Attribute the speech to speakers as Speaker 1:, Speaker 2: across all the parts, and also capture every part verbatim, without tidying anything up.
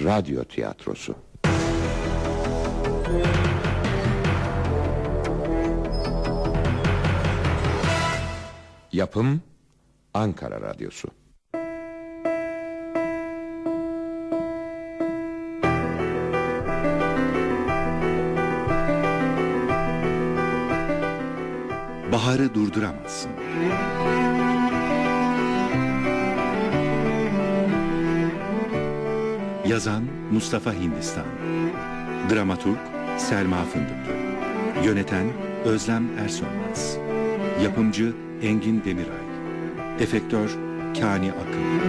Speaker 1: radyo tiyatrosu. Yapım Ankara Radyosu.
Speaker 2: Baharı durduramazsın. Yazan Mustafa Hindistan. Dramaturg Selma Fındıklı. Yöneten Özlem Ersönmez. Yapımcı Engin Demiray. Efektör Kani Akın.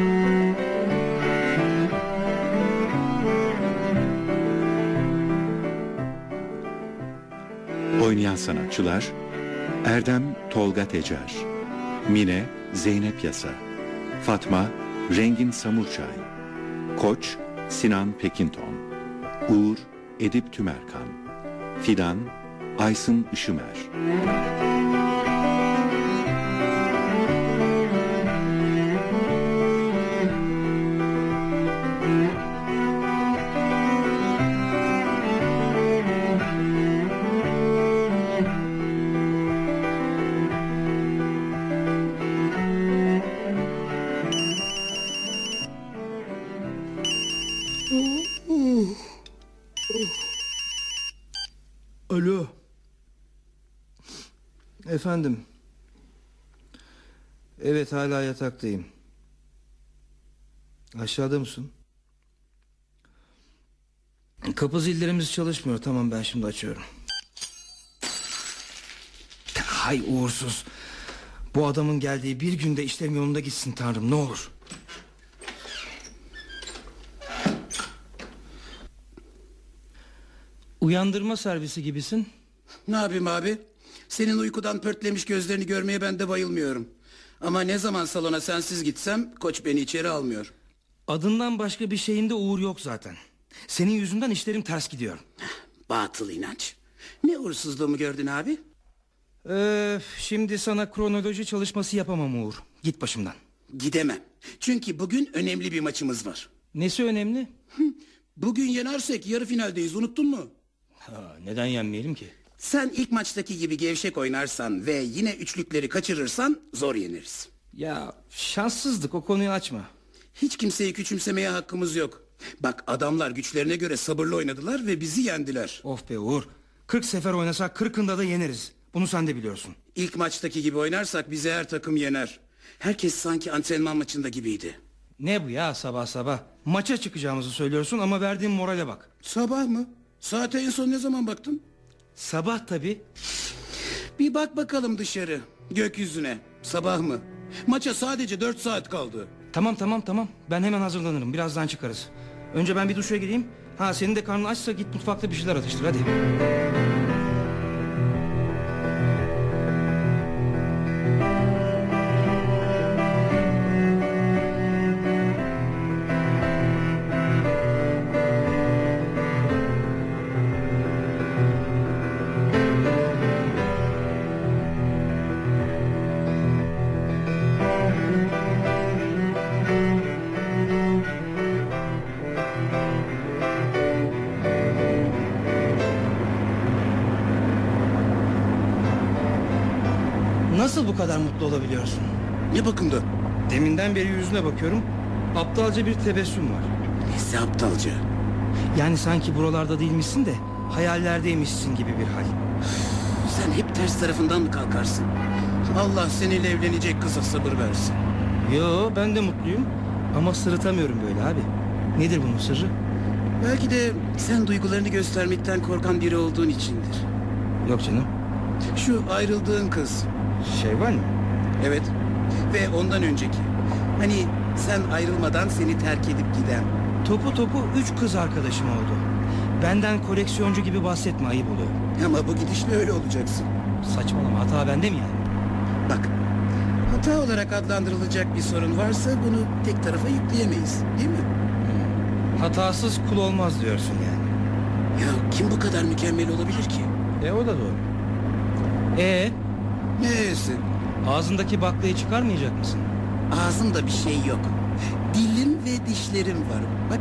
Speaker 2: Oynayan sanatçılar: Erdem Tolga Tecer, Mine Zeynep Yasa, Fatma Rengin Samurçay, Koç Sinan Pekinton, Uğur Edip Tümerkan, Fidan Aysın Işımer.
Speaker 3: Alo. Efendim. Evet, hala yataktayım. Aşağıda mısın? Kapı zillerimiz çalışmıyor. Tamam, ben şimdi açıyorum. Hay uğursuz. Bu adamın geldiği bir günde işlerim yolunda gitsin Tanrım, ne olur. Uyandırma servisi gibisin.
Speaker 4: Ne yapayım abi? Senin uykudan pörtlemiş gözlerini görmeye ben de bayılmıyorum. Ama ne zaman salona sensiz gitsem koç beni içeri almıyor.
Speaker 3: Adından başka bir şeyinde uğur yok zaten. Senin yüzünden işlerim ters gidiyor.
Speaker 4: Batıl inanç. Ne uğursuzluğumu gördün abi?
Speaker 3: Ee, şimdi sana kronoloji çalışması yapamam Uğur. Git başımdan.
Speaker 4: Gidemem. Çünkü bugün önemli bir maçımız var.
Speaker 3: Nesi önemli?
Speaker 4: Bugün yenersek yarı finaldeyiz, unuttun mu?
Speaker 3: Ha, neden yenmeyelim ki?
Speaker 4: Sen ilk maçtaki gibi gevşek oynarsan ve yine üçlükleri kaçırırsan zor yeneriz.
Speaker 3: Ya şanssızlık, o konuyu açma.
Speaker 4: Hiç kimseyi küçümsemeye hakkımız yok. Bak, adamlar güçlerine göre sabırlı oynadılar ve bizi yendiler.
Speaker 3: Of be Uğur. Kırk sefer oynasak kırkında da yeneriz. Bunu sen de biliyorsun.
Speaker 4: İlk maçtaki gibi oynarsak bizi her takım yener. Herkes sanki antrenman maçında gibiydi.
Speaker 3: Ne bu ya sabah sabah? Maça çıkacağımızı söylüyorsun ama verdiğin morale bak.
Speaker 4: Sabah mı? Saate en son ne zaman baktın?
Speaker 3: Sabah tabii.
Speaker 4: Bir bak bakalım dışarı, gökyüzüne. Sabah mı? Maça sadece dört saat kaldı.
Speaker 3: Tamam tamam tamam. Ben hemen hazırlanırım. Birazdan çıkarız. Önce ben bir duşa gireyim. Ha, senin de karnın açsa git mutfakta bir şeyler atıştır hadi. Nasıl bu kadar mutlu olabiliyorsun?
Speaker 4: Ne bakımda?
Speaker 3: Deminden beri yüzüne bakıyorum. Aptalca bir tebessüm var.
Speaker 4: Neyse aptalca.
Speaker 3: Yani sanki buralarda değilmişsin de hayallerdeymişsin gibi bir hal.
Speaker 4: Sen hep ters tarafından mı kalkarsın? Allah seninle evlenecek kıza sabır versin.
Speaker 3: Yo, ben de mutluyum. Ama sırıtamıyorum böyle abi. Nedir bunun sırrı?
Speaker 4: Belki de sen duygularını göstermekten korkan biri olduğun içindir.
Speaker 3: Yok canım.
Speaker 4: Şu ayrıldığın kız.
Speaker 3: Şey var mı?
Speaker 4: Evet. Ve ondan önceki. Hani sen ayrılmadan seni terk edip giden.
Speaker 3: Topu topu üç kız arkadaşım oldu. Benden koleksiyoncu gibi bahsetme, ayıp oluyor.
Speaker 4: Ama bu gidişle öyle olacaksın.
Speaker 3: Saçmalama, hata bende mi yani?
Speaker 4: Bak, hata olarak adlandırılacak bir sorun varsa bunu tek tarafa yükleyemeyiz, değil mi?
Speaker 3: Hmm. Hatasız kul olmaz diyorsun yani.
Speaker 4: Ya kim bu kadar mükemmel olabilir ki?
Speaker 3: E o da doğru. E
Speaker 4: Neyse.
Speaker 3: ağzındaki baklayı çıkarmayacak mısın?
Speaker 4: Ağzımda bir şey yok. Dilim ve dişlerim var. Bak.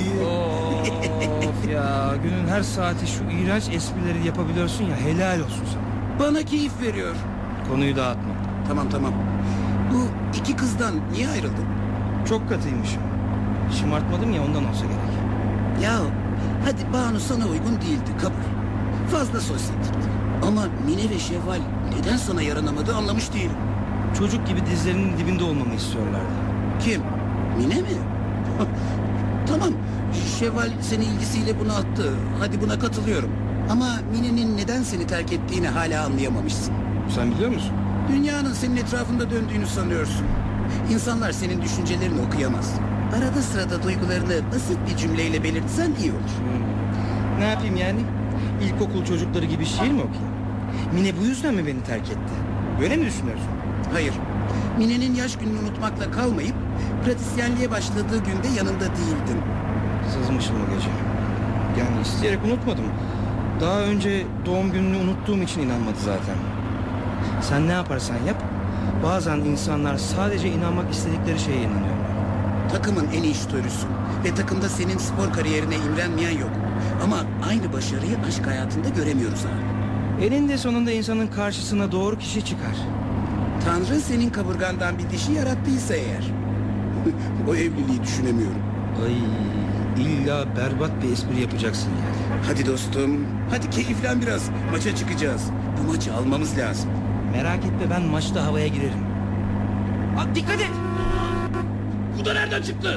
Speaker 3: Of ya, günün her saati şu iğrenç esprileri yapabiliyorsun ya, helal olsun sana.
Speaker 4: Bana keyif veriyor.
Speaker 3: Konuyu dağıtma.
Speaker 4: Tamam tamam. Bu iki kızdan niye ayrıldın?
Speaker 3: Çok katıymışım. Şımartmadım ya, ondan olsa gerek.
Speaker 4: Ya hadi Banu sana uygun değildi, kabul. Fazla sosyetik. Ama Mine ve Şevval neden sana yaranamadı anlamış değilim.
Speaker 3: Çocuk gibi dizlerinin dibinde olmamı istiyorlardı.
Speaker 4: Kim? Mine mi? Tamam. Şevval seni ilgisiyle bunu attı. Hadi buna katılıyorum. Ama Mine'nin neden seni terk ettiğini hala anlayamamışsın.
Speaker 3: Sen biliyor musun?
Speaker 4: Dünyanın senin etrafında döndüğünü sanıyorsun. İnsanlar senin düşüncelerini okuyamaz. Arada sırada duygularını basit bir cümleyle belirtsen iyi olur.
Speaker 3: Hmm. Ne yapayım yani? İlkokul çocukları gibi şiir mi okuyayım? Mine bu yüzden mi beni terk etti? Böyle mi düşünüyorsun?
Speaker 4: Hayır. Mine'nin yaş gününü unutmakla kalmayıp pratisyenliğe başladığı günde yanında değildin.
Speaker 3: Sızmışım o gece. Yani isteyerek unutmadım. Daha önce doğum gününü unuttuğum için inanmadı zaten. Sen ne yaparsan yap, bazen insanlar sadece inanmak istedikleri şeye inanıyorlar.
Speaker 4: Takımın en iyi şutörüsün ve takımda senin spor kariyerine imrenmeyen yok. Ama aynı başarıyı aşk hayatında göremiyoruz abi.
Speaker 3: Eninde sonunda insanın karşısına doğru kişi çıkar.
Speaker 4: Tanrı senin kaburgandan bir dişi yarattıysa eğer. O evliliği düşünemiyorum.
Speaker 3: Ay, illa berbat bir espri yapacaksın yani.
Speaker 4: Hadi dostum, hadi keyiflen biraz. Maça çıkacağız. Bu maçı almamız lazım.
Speaker 3: Merak etme, ben maçta havaya girerim. Aa, dikkat et!
Speaker 4: Bu da nereden çıktı?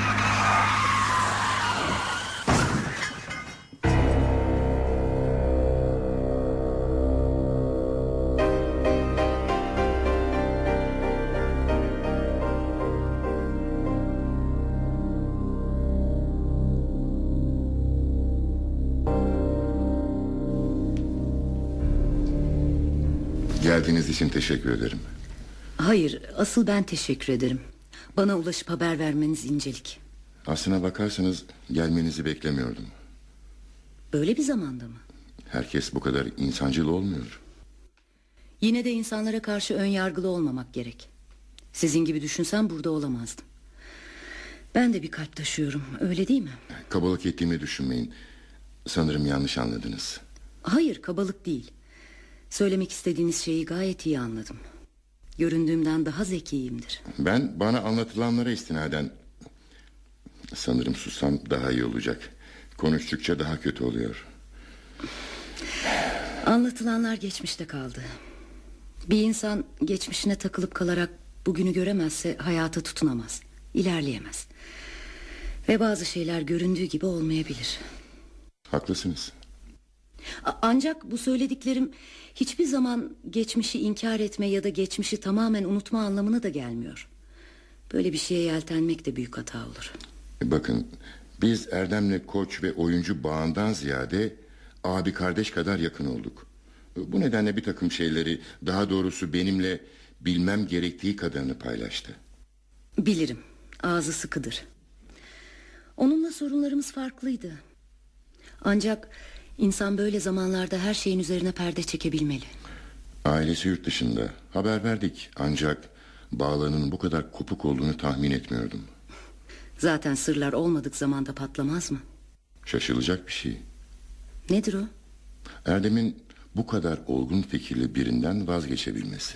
Speaker 1: Geldiğiniz için teşekkür ederim.
Speaker 5: Hayır, asıl ben teşekkür ederim. Bana ulaşıp haber vermeniz incelik.
Speaker 1: Aslına bakarsanız gelmenizi beklemiyordum.
Speaker 5: Böyle bir zamanda mı?
Speaker 1: Herkes bu kadar insancıl olmuyor.
Speaker 5: Yine de insanlara karşı ön yargılı olmamak gerek. Sizin gibi düşünsem burada olamazdım. Ben de bir kalp taşıyorum, öyle değil mi?
Speaker 1: Kabalık ettiğimi düşünmeyin. Sanırım yanlış anladınız.
Speaker 5: Hayır, kabalık değil. Söylemek istediğiniz şeyi gayet iyi anladım. Göründüğümden daha zekiyimdir.
Speaker 1: Ben bana anlatılanlara istinaden... Sanırım sussam daha iyi olacak. Konuştukça daha kötü oluyor.
Speaker 5: Anlatılanlar geçmişte kaldı. Bir insan geçmişine takılıp kalarak bugünü göremezse hayata tutunamaz, ilerleyemez. Ve bazı şeyler göründüğü gibi olmayabilir.
Speaker 1: Haklısınız.
Speaker 5: A- Ancak bu söylediklerim hiçbir zaman geçmişi inkar etme ya da geçmişi tamamen unutma anlamına da gelmiyor. Böyle bir şeye yeltenmek de büyük hata olur.
Speaker 1: Bakın, biz Erdem'le koç ve oyuncu bağından ziyade abi kardeş kadar yakın olduk. Bu nedenle bir takım şeyleri, daha doğrusu benimle bilmem gerektiği kadarını paylaştı.
Speaker 5: Bilirim, ağzı sıkıdır. Onunla sorunlarımız farklıydı. Ancak insan böyle zamanlarda her şeyin üzerine perde çekebilmeli.
Speaker 1: Ailesi yurt dışında. Haber verdik, ancak bağlarının bu kadar kopuk olduğunu tahmin etmiyordum.
Speaker 5: Zaten sırlar olmadık zamanda patlamaz mı?
Speaker 1: Şaşılacak bir şey.
Speaker 5: Nedir o?
Speaker 1: Erdem'in bu kadar olgun fikirli birinden vazgeçebilmesi.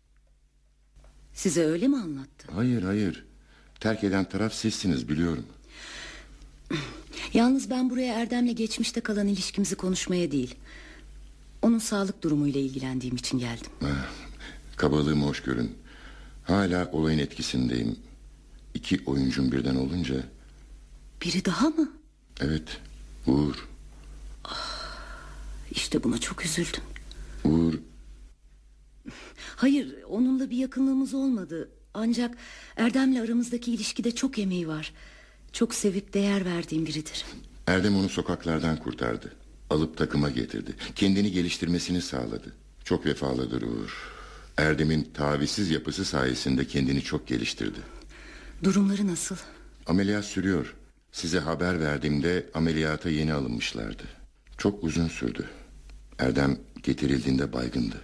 Speaker 5: Size öyle mi anlattı?
Speaker 1: Hayır hayır. Terk eden taraf sizsiniz, biliyorum.
Speaker 5: Yalnız ben buraya Erdem'le geçmişte kalan ilişkimizi konuşmaya değil, onun sağlık durumuyla ilgilendiğim için geldim.
Speaker 1: Ah, kabalığımı hoş görün. Hala olayın etkisindeyim. İki oyuncum birden olunca...
Speaker 5: Biri daha mı?
Speaker 1: Evet, Uğur.
Speaker 5: İşte buna çok üzüldüm.
Speaker 1: Uğur...
Speaker 5: Hayır, onunla bir yakınlığımız olmadı. Ancak Erdem'le aramızdaki ilişkide çok emeği var. Çok sevip değer verdiğim biridir.
Speaker 1: Erdem onu sokaklardan kurtardı. Alıp takıma getirdi. Kendini geliştirmesini sağladı. Çok vefalıdır Uğur. Erdem'in tavizsiz yapısı sayesinde kendini çok geliştirdi.
Speaker 5: Durumları nasıl?
Speaker 1: Ameliyat sürüyor. Size haber verdiğimde ameliyata yeni alınmışlardı. Çok uzun sürdü. Erdem getirildiğinde baygındı.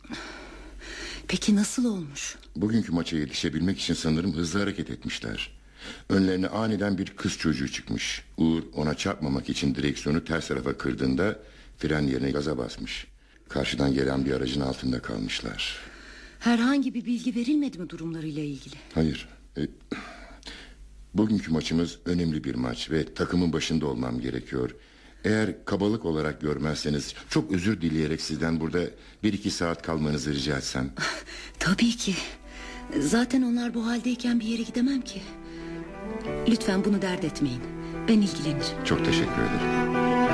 Speaker 5: Peki nasıl olmuş?
Speaker 1: Bugünkü maça yetişebilmek için sanırım hızlı hareket etmişler. Önlerine aniden bir kız çocuğu çıkmış. Uğur ona çarpmamak için direksiyonu ters tarafa kırdığında fren yerine gaza basmış. Karşıdan gelen bir aracın altında kalmışlar.
Speaker 5: Herhangi bir bilgi verilmedi mi durumlarıyla ilgili?
Speaker 1: Hayır. E, bugünkü maçımız önemli bir maç ve takımın başında olmam gerekiyor. Eğer kabalık olarak görmezseniz çok özür dileyerek sizden burada bir iki saat kalmanızı rica etsem.
Speaker 5: Tabii ki. Zaten onlar bu haldeyken bir yere gidemem ki. Lütfen bunu dert etmeyin. Ben ilgilenirim.
Speaker 1: Çok teşekkür ederim.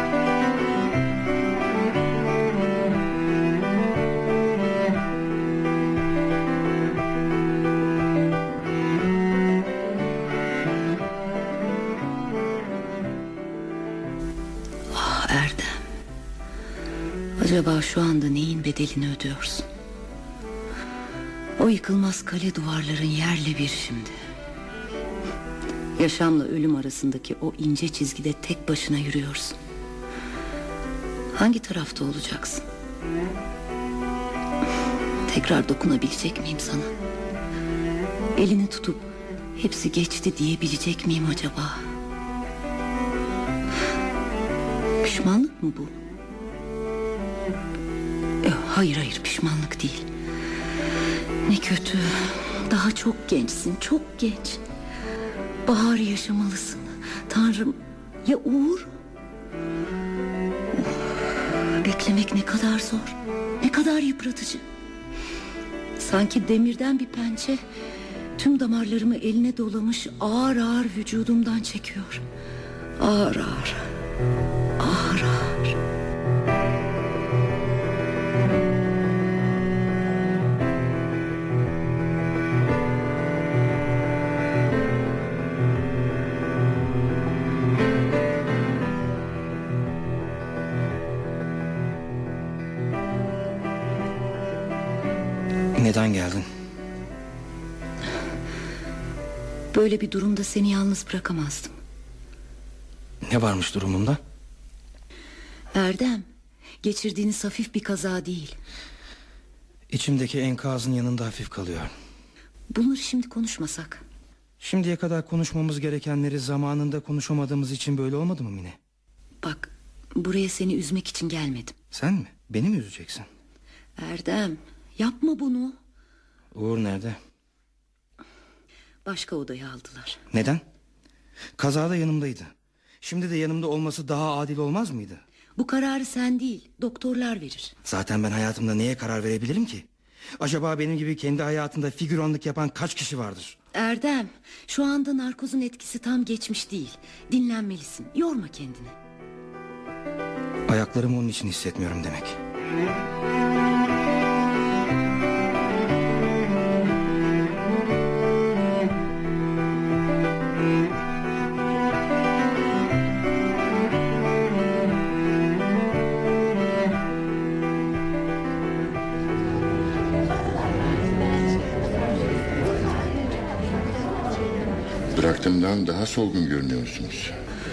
Speaker 5: Ah Erdem. Acaba şu anda neyin bedelini ödüyorsun? O yıkılmaz kale duvarların yerle bir şimdi. Yaşamla ölüm arasındaki o ince çizgide tek başına yürüyorsun. Hangi tarafta olacaksın? Tekrar dokunabilecek miyim sana? Elini tutup hepsi geçti diyebilecek miyim acaba? Pişmanlık mı bu? Yok, hayır hayır, pişmanlık değil. Ne kötü. Daha çok gençsin, çok genç. Baharı yaşamalısın. Tanrım, ya Uğur? Beklemek ne kadar zor, ne kadar yıpratıcı. Sanki demirden bir pençe tüm damarlarımı eline dolamış, ağır ağır vücudumdan çekiyor. Ağır ağır, ağır ağır.
Speaker 3: Neden geldin?
Speaker 5: Böyle bir durumda seni yalnız bırakamazdım.
Speaker 3: Ne varmış durumumda?
Speaker 5: Erdem, geçirdiğiniz hafif bir kaza değil.
Speaker 3: İçimdeki enkazın yanında hafif kalıyor.
Speaker 5: Bunları şimdi konuşmasak.
Speaker 3: Şimdiye kadar konuşmamız gerekenleri zamanında konuşamadığımız için böyle olmadı mı Mine?
Speaker 5: Bak, buraya seni üzmek için gelmedim.
Speaker 3: Sen mi? Beni mi üzeceksin?
Speaker 5: Erdem, yapma bunu.
Speaker 3: Uğur nerede?
Speaker 5: Başka odaya aldılar.
Speaker 3: Neden? Kazada yanımdaydı. Şimdi de yanımda olması daha adil olmaz mıydı?
Speaker 5: Bu kararı sen değil, doktorlar verir.
Speaker 3: Zaten ben hayatımda neye karar verebilirim ki? Acaba benim gibi kendi hayatında figüranlık yapan kaç kişi vardır?
Speaker 5: Erdem, şu anda narkozun etkisi tam geçmiş değil. Dinlenmelisin, yorma kendini.
Speaker 3: Ayaklarımı onun için hissetmiyorum demek.
Speaker 1: Bıraktığımdan daha solgun görünüyorsunuz.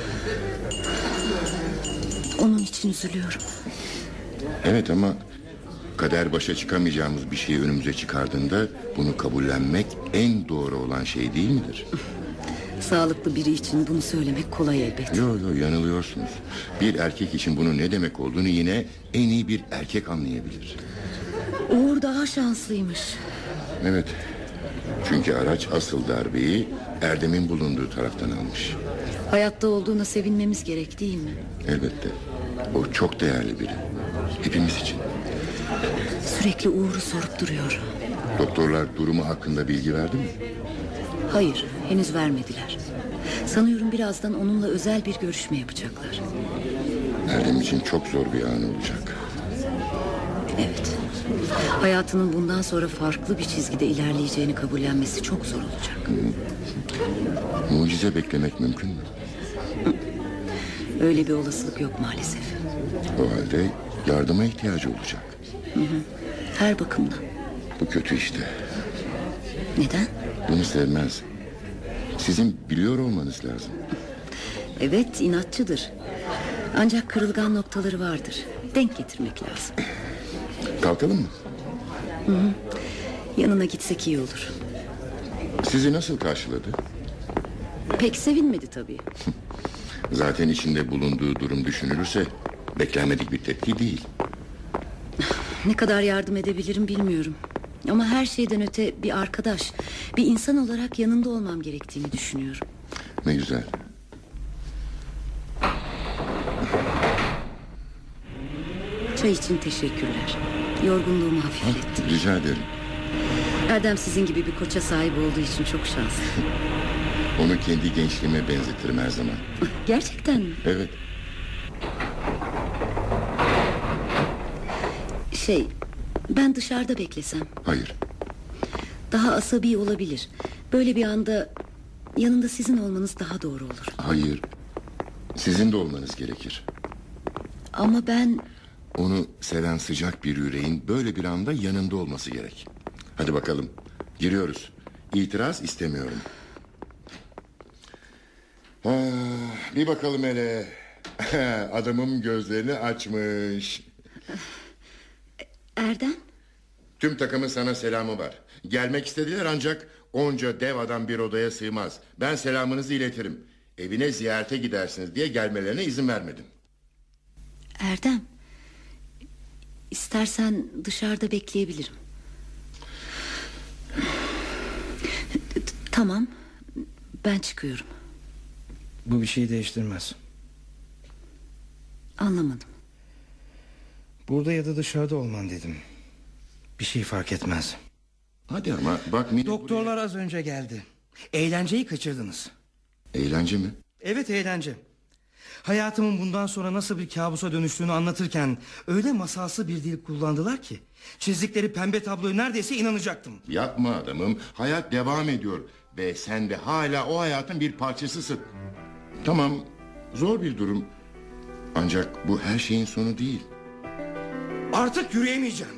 Speaker 5: Onun için üzülüyorum.
Speaker 1: Evet ama kader başa çıkamayacağımız bir şeyi önümüze çıkardığında bunu kabullenmek en doğru olan şey değil midir?
Speaker 5: Sağlıklı biri için bunu söylemek kolay elbet.
Speaker 1: Yok yok, yanılıyorsunuz. Bir erkek için bunun ne demek olduğunu yine en iyi bir erkek anlayabilir.
Speaker 5: Uğur daha şanslıymış.
Speaker 1: Evet. Çünkü araç asıl darbeyi Erdem'in bulunduğu taraftan almış.
Speaker 5: Hayatta olduğuna sevinmemiz gerek değil mi?
Speaker 1: Elbette. O çok değerli biri. Hepimiz için.
Speaker 5: Sürekli Uğur'u sorup duruyor.
Speaker 1: Doktorlar durumu hakkında bilgi verdi mi?
Speaker 5: Hayır, henüz vermediler. Sanıyorum birazdan onunla özel bir görüşme yapacaklar.
Speaker 1: Erdem için çok zor bir an olacak.
Speaker 5: Evet. Hayatının bundan sonra farklı bir çizgide ilerleyeceğini kabullenmesi çok zor olacak.
Speaker 1: Mucize beklemek mümkün mü?
Speaker 5: Öyle bir olasılık yok maalesef.
Speaker 1: O halde yardıma ihtiyacı olacak.
Speaker 5: Hı hı. Her bakımdan.
Speaker 1: Bu kötü işte.
Speaker 5: Neden?
Speaker 1: Bunu sevmez. Sizin biliyor olmanız lazım.
Speaker 5: Evet, inatçıdır. Ancak kırılgan noktaları vardır. Denk getirmek lazım.
Speaker 1: Kalkalım mı?
Speaker 5: Hı hı. Yanına gitsek iyi olur.
Speaker 1: Sizi nasıl karşıladı?
Speaker 5: Pek sevinmedi tabii.
Speaker 1: Zaten içinde bulunduğu durum düşünülürse beklenmedik bir tepki değil.
Speaker 5: Ne kadar yardım edebilirim bilmiyorum. Ama her şeyden öte bir arkadaş, bir insan olarak yanında olmam gerektiğini düşünüyorum.
Speaker 1: Ne güzel.
Speaker 5: Çay için teşekkürler. Yorgunluğumu hafifletti.
Speaker 1: Rica ederim.
Speaker 5: Erdem sizin gibi bir koça sahip olduğu için çok şanslı.
Speaker 1: Onu kendi gençliğime benzetirim her zaman.
Speaker 5: Gerçekten mi?
Speaker 1: Evet.
Speaker 5: Şey, ben dışarıda beklesem.
Speaker 1: Hayır.
Speaker 5: Daha asabi olabilir. Böyle bir anda yanında sizin olmanız daha doğru olur.
Speaker 1: Hayır. Sizin de olmanız gerekir.
Speaker 5: Ama ben...
Speaker 1: Onu seven sıcak bir yüreğin böyle bir anda yanında olması gerek. Hadi bakalım. Giriyoruz. İtiraz istemiyorum. Ha, bir bakalım hele. Adamım gözlerini açmış.
Speaker 5: Erdem?
Speaker 1: Tüm takımın sana selamı var. Gelmek istediler ancak onca dev adam bir odaya sığmaz. Ben selamınızı iletirim. Evine ziyarete gidersiniz diye gelmelerine izin vermedim.
Speaker 5: Erdem, İstersen dışarıda bekleyebilirim. Tamam, ben çıkıyorum.
Speaker 3: Bu bir şeyi değiştirmez.
Speaker 5: Anlamadım.
Speaker 3: Burada ya da dışarıda olman dedim. Bir şey fark etmez.
Speaker 1: Hadi ama bak... Mine
Speaker 3: Doktorlar
Speaker 1: buraya...
Speaker 3: az önce geldi. Eğlenceyi kaçırdınız.
Speaker 1: Eğlence mi?
Speaker 3: Evet, eğlence. Hayatımın bundan sonra nasıl bir kabusa dönüştüğünü anlatırken öyle masalsı bir dil kullandılar ki çizdikleri pembe tabloya neredeyse inanacaktım.
Speaker 1: Yapma adamım. Hayat devam ediyor ve sen de hala o hayatın bir parçasısın. Tamam, zor bir durum. Ancak bu her şeyin sonu değil.
Speaker 3: Artık yürüyemeyeceğim.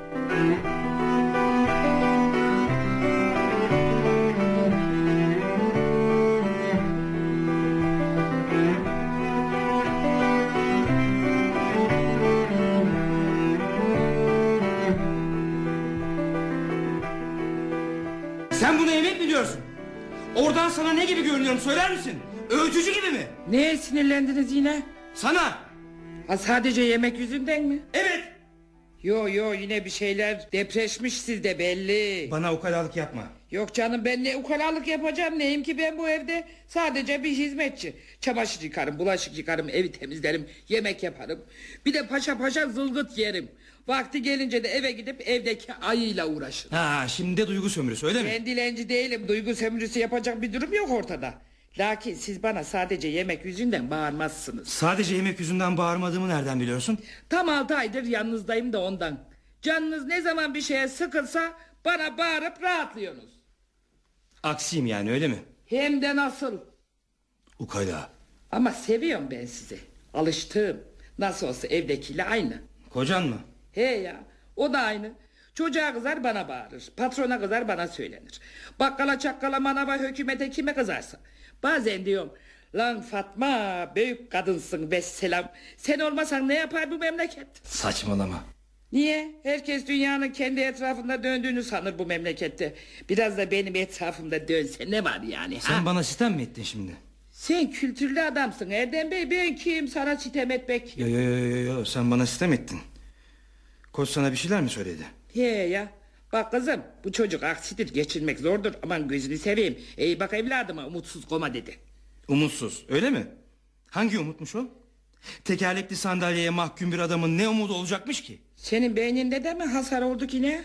Speaker 3: Sen buna yemek mi diyorsun? Oradan sana ne gibi görünüyorum söyler misin? Öğütücü gibi mi?
Speaker 6: Neye sinirlendiniz yine?
Speaker 3: Sana.
Speaker 6: Ha, sadece yemek yüzünden mi?
Speaker 3: Evet.
Speaker 6: Yo yo, yine bir şeyler depreşmiş sizde belli.
Speaker 3: Bana ukalalık yapma.
Speaker 6: Yok canım, ben ne ukalalık yapacağım, neyim ki ben bu evde? Sadece bir hizmetçi. Çamaşır yıkarım, bulaşık yıkarım, evi temizlerim, yemek yaparım. Bir de paşa paşa zılgıt yerim. Vakti gelince de eve gidip evdeki ayıyla uğraşırım.
Speaker 3: Ha, şimdi de duygu sömürüsü öyle mi?
Speaker 6: Ben dilenci değilim, duygu sömürüsü yapacak bir durum yok ortada. Lakin siz bana sadece yemek yüzünden bağırmazsınız.
Speaker 3: Sadece yemek yüzünden bağırmadığımı nereden biliyorsun?
Speaker 6: Tam altı aydır yanınızdayım da ondan. Canınız ne zaman bir şeye sıkılsa bana bağırıp rahatlıyorsunuz.
Speaker 3: Aksiyim yani, öyle mi?
Speaker 6: Hem de nasıl.
Speaker 3: Ukala.
Speaker 6: Ama seviyorum ben sizi. Alıştığım. Nasıl olsa evdekiyle aynı.
Speaker 3: Kocan mı?
Speaker 6: He ya, o da aynı. Çocuğa kızar bana bağırır. Patrona kızar bana söylenir. Bakkala çakkala manava hükümete kime kızarsa. Bazen diyorum, lan Fatma büyük kadınsın vesselam. Sen olmasan ne yapar bu memleket?
Speaker 3: Saçmalama.
Speaker 6: Niye? Herkes dünyanın kendi etrafında döndüğünü sanır bu memlekette. Biraz da benim etrafımda dönse ne var yani?
Speaker 3: Sen
Speaker 6: ha?
Speaker 3: bana sitem mi ettin şimdi?
Speaker 6: Sen kültürlü adamsın Erdem Bey. Ben kim sana sitem etmek?
Speaker 3: Yo yo yo yo yo, sen bana sitem ettin. Koç sana bir şeyler mi söyledi?
Speaker 6: He ya. Bak kızım, bu çocuk aksidir, geçirmek zordur. Aman gözünü seveyim. Ey bak evladıma, umutsuz koma dedi.
Speaker 3: Umutsuz, öyle mi? Hangi umutmuş o? Tekerlekli sandalyeye mahkum bir adamın ne umudu olacakmış ki?
Speaker 6: Senin beyninde de mi hasar oldu ki ne?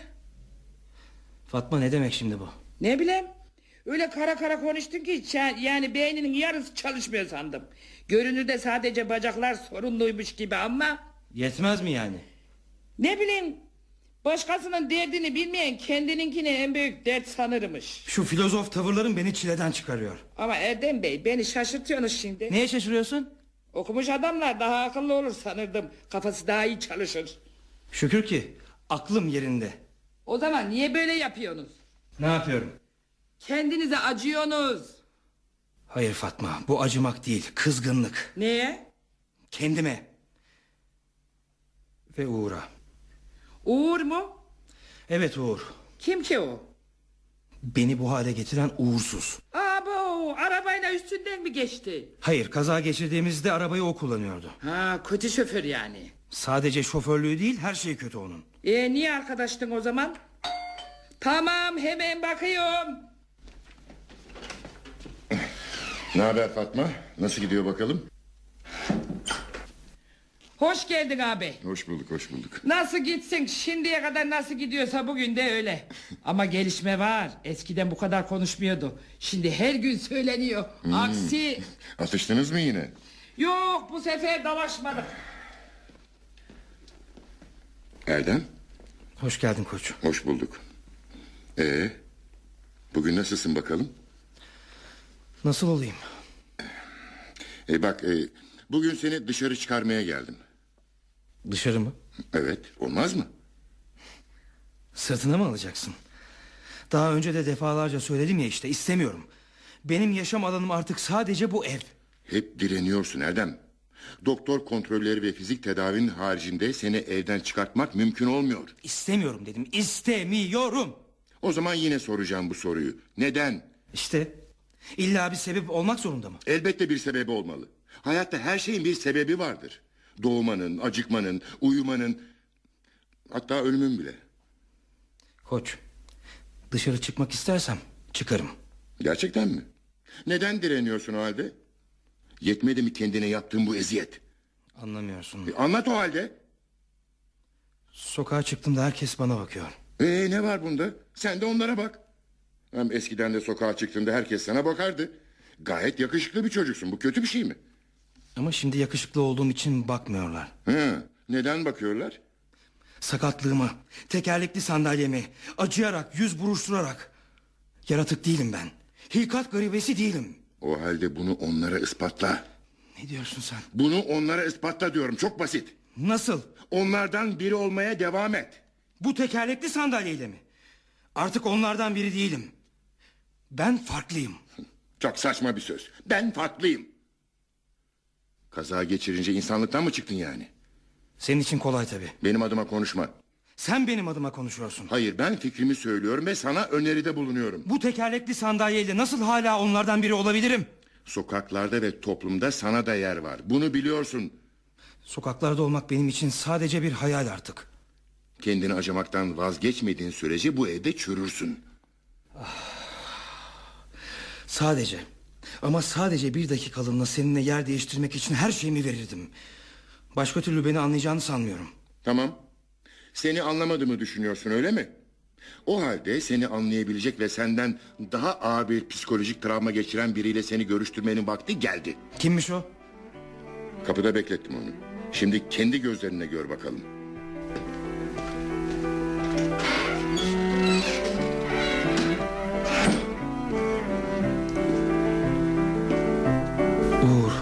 Speaker 3: Fatma, ne demek şimdi bu?
Speaker 6: Ne bileyim. Öyle kara kara konuştun ki ça- yani beyninin yarısı çalışmıyor sandım. Görünürde sadece bacaklar sorunluymuş gibi ama...
Speaker 3: Yetmez mi yani?
Speaker 6: Ne bileyim. Başkasının derdini bilmeyen kendininkini en büyük dert sanırmış.
Speaker 3: Şu filozof tavırların beni çileden çıkarıyor.
Speaker 6: Ama Erdem Bey, beni şaşırtıyorsunuz şimdi.
Speaker 3: Neye şaşırıyorsun?
Speaker 6: Okumuş adamlar daha akıllı olur sanırdım. Kafası daha iyi çalışır.
Speaker 3: Şükür ki aklım yerinde.
Speaker 6: O zaman niye böyle yapıyorsunuz?
Speaker 3: Ne yapıyorum?
Speaker 6: Kendinize acıyorsunuz.
Speaker 3: Hayır Fatma, bu acımak değil, kızgınlık.
Speaker 6: Neye?
Speaker 3: Kendime. Ve Uğur'a.
Speaker 6: Uğur mu?
Speaker 3: Evet, Uğur.
Speaker 6: Kim ki o?
Speaker 3: Beni bu hale getiren uğursuz.
Speaker 6: Abo, arabayla üstünden mi geçti?
Speaker 3: Hayır, kaza geçirdiğimizde arabayı o kullanıyordu.
Speaker 6: Ha, kötü şoför yani.
Speaker 3: Sadece şoförlüğü değil, her şey kötü onun.
Speaker 6: E niye arkadaştın o zaman? Tamam, hemen bakıyorum.
Speaker 1: Ne haber Fatma? Nasıl gidiyor bakalım?
Speaker 6: Hoş geldin abi.
Speaker 1: Hoş bulduk, hoş bulduk.
Speaker 6: Nasıl gitsin, şimdiye kadar nasıl gidiyorsa bugün de öyle. Ama gelişme var. Eskiden bu kadar konuşmuyordu. Şimdi her gün söyleniyor. Hmm. Aksi.
Speaker 1: Atıştınız mı yine?
Speaker 6: Yok, bu sefer dalaşmadık.
Speaker 1: Erdem?
Speaker 3: Hoş geldin koç.
Speaker 1: Hoş bulduk. Ee, bugün nasılsın bakalım?
Speaker 3: Nasıl olayım?
Speaker 1: E bak, e, bugün seni dışarı çıkarmaya geldim.
Speaker 3: Dışarı mı?
Speaker 1: Evet, olmaz mı?
Speaker 3: Sırtına mı alacaksın? Daha önce de defalarca söyledim ya, işte istemiyorum. Benim yaşam alanım artık sadece bu ev.
Speaker 1: Hep direniyorsun Erdem. Doktor kontrolleri ve fizik tedavinin haricinde seni evden çıkartmak mümkün olmuyor.
Speaker 3: İstemiyorum dedim, istemiyorum.
Speaker 1: O zaman yine soracağım bu soruyu. Neden?
Speaker 3: İşte illa bir sebep olmak zorunda mı?
Speaker 1: Elbette bir sebebi olmalı. Hayatta her şeyin bir sebebi vardır. Doğmanın, acıkmanın, uyumanın, hatta ölümün bile.
Speaker 3: Koç, dışarı çıkmak istersem çıkarım.
Speaker 1: Gerçekten mi? Neden direniyorsun o halde? Yetmedi mi kendine yaptığın bu eziyet?
Speaker 3: Anlamıyorsun.
Speaker 1: E, anlat o halde.
Speaker 3: Sokağa çıktığımda herkes bana bakıyor.
Speaker 1: Ee, ne var bunda? Sen de onlara bak. Hem eskiden de sokağa çıktığında herkes sana bakardı. Gayet yakışıklı bir çocuksun. Bu kötü bir şey mi?
Speaker 3: Ama şimdi yakışıklı olduğum için bakmıyorlar.
Speaker 1: He, neden bakıyorlar?
Speaker 3: Sakatlığımı, tekerlekli sandalyemi, acıyarak, yüz buruşturarak. Yaratık değilim ben. Hilkat garibesi değilim.
Speaker 1: O halde bunu onlara ispatla.
Speaker 3: Ne diyorsun sen?
Speaker 1: Bunu onlara ispatla diyorum, çok basit.
Speaker 3: Nasıl?
Speaker 1: Onlardan biri olmaya devam et.
Speaker 3: Bu tekerlekli sandalyeyle mi? Artık onlardan biri değilim. Ben farklıyım.
Speaker 1: Çok saçma bir söz. Ben farklıyım. Kaza geçirince insanlıktan mı çıktın yani?
Speaker 3: Senin için kolay tabii.
Speaker 1: Benim adıma konuşma.
Speaker 3: Sen benim adıma konuşuyorsun.
Speaker 1: Hayır, ben fikrimi söylüyorum ve sana öneride bulunuyorum.
Speaker 3: Bu tekerlekli sandalyeyle nasıl hala onlardan biri olabilirim?
Speaker 1: Sokaklarda ve toplumda sana da yer var. Bunu biliyorsun.
Speaker 3: Sokaklarda olmak benim için sadece bir hayal artık.
Speaker 1: Kendini acımaktan vazgeçmediğin sürece bu evde çürürsün.
Speaker 3: Sadece ama sadece bir dakikalığına seninle yer değiştirmek için her şeyimi verirdim. Başka türlü beni anlayacağını sanmıyorum.
Speaker 1: Tamam. Seni anlamadığımı düşünüyorsun, öyle mi? O halde seni anlayabilecek ve senden daha ağır bir psikolojik travma geçiren biriyle seni görüştürmenin vakti geldi.
Speaker 3: Kimmiş o?
Speaker 1: Kapıda beklettim onu. Şimdi kendi gözlerine gör bakalım.
Speaker 3: Uğur.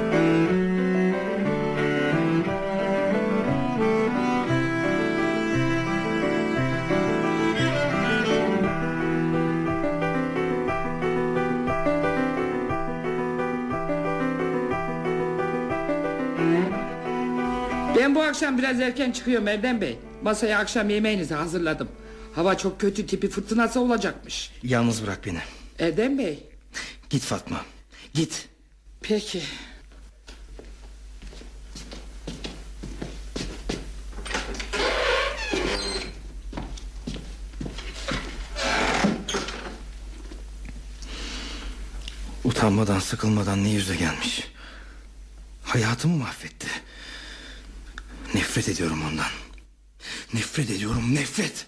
Speaker 6: Ben bu akşam biraz erken çıkıyorum Erdem Bey. Masaya akşam yemeğinizi hazırladım. Hava çok kötü, tipi fırtınası olacakmış.
Speaker 3: Yalnız bırak beni.
Speaker 6: Erdem Bey.
Speaker 3: Git Fatma, git.
Speaker 6: Peki.
Speaker 3: Utanmadan, sıkılmadan ne yüzle gelmiş. Hayatımı mahvetti. Nefret ediyorum ondan. Nefret ediyorum, nefret.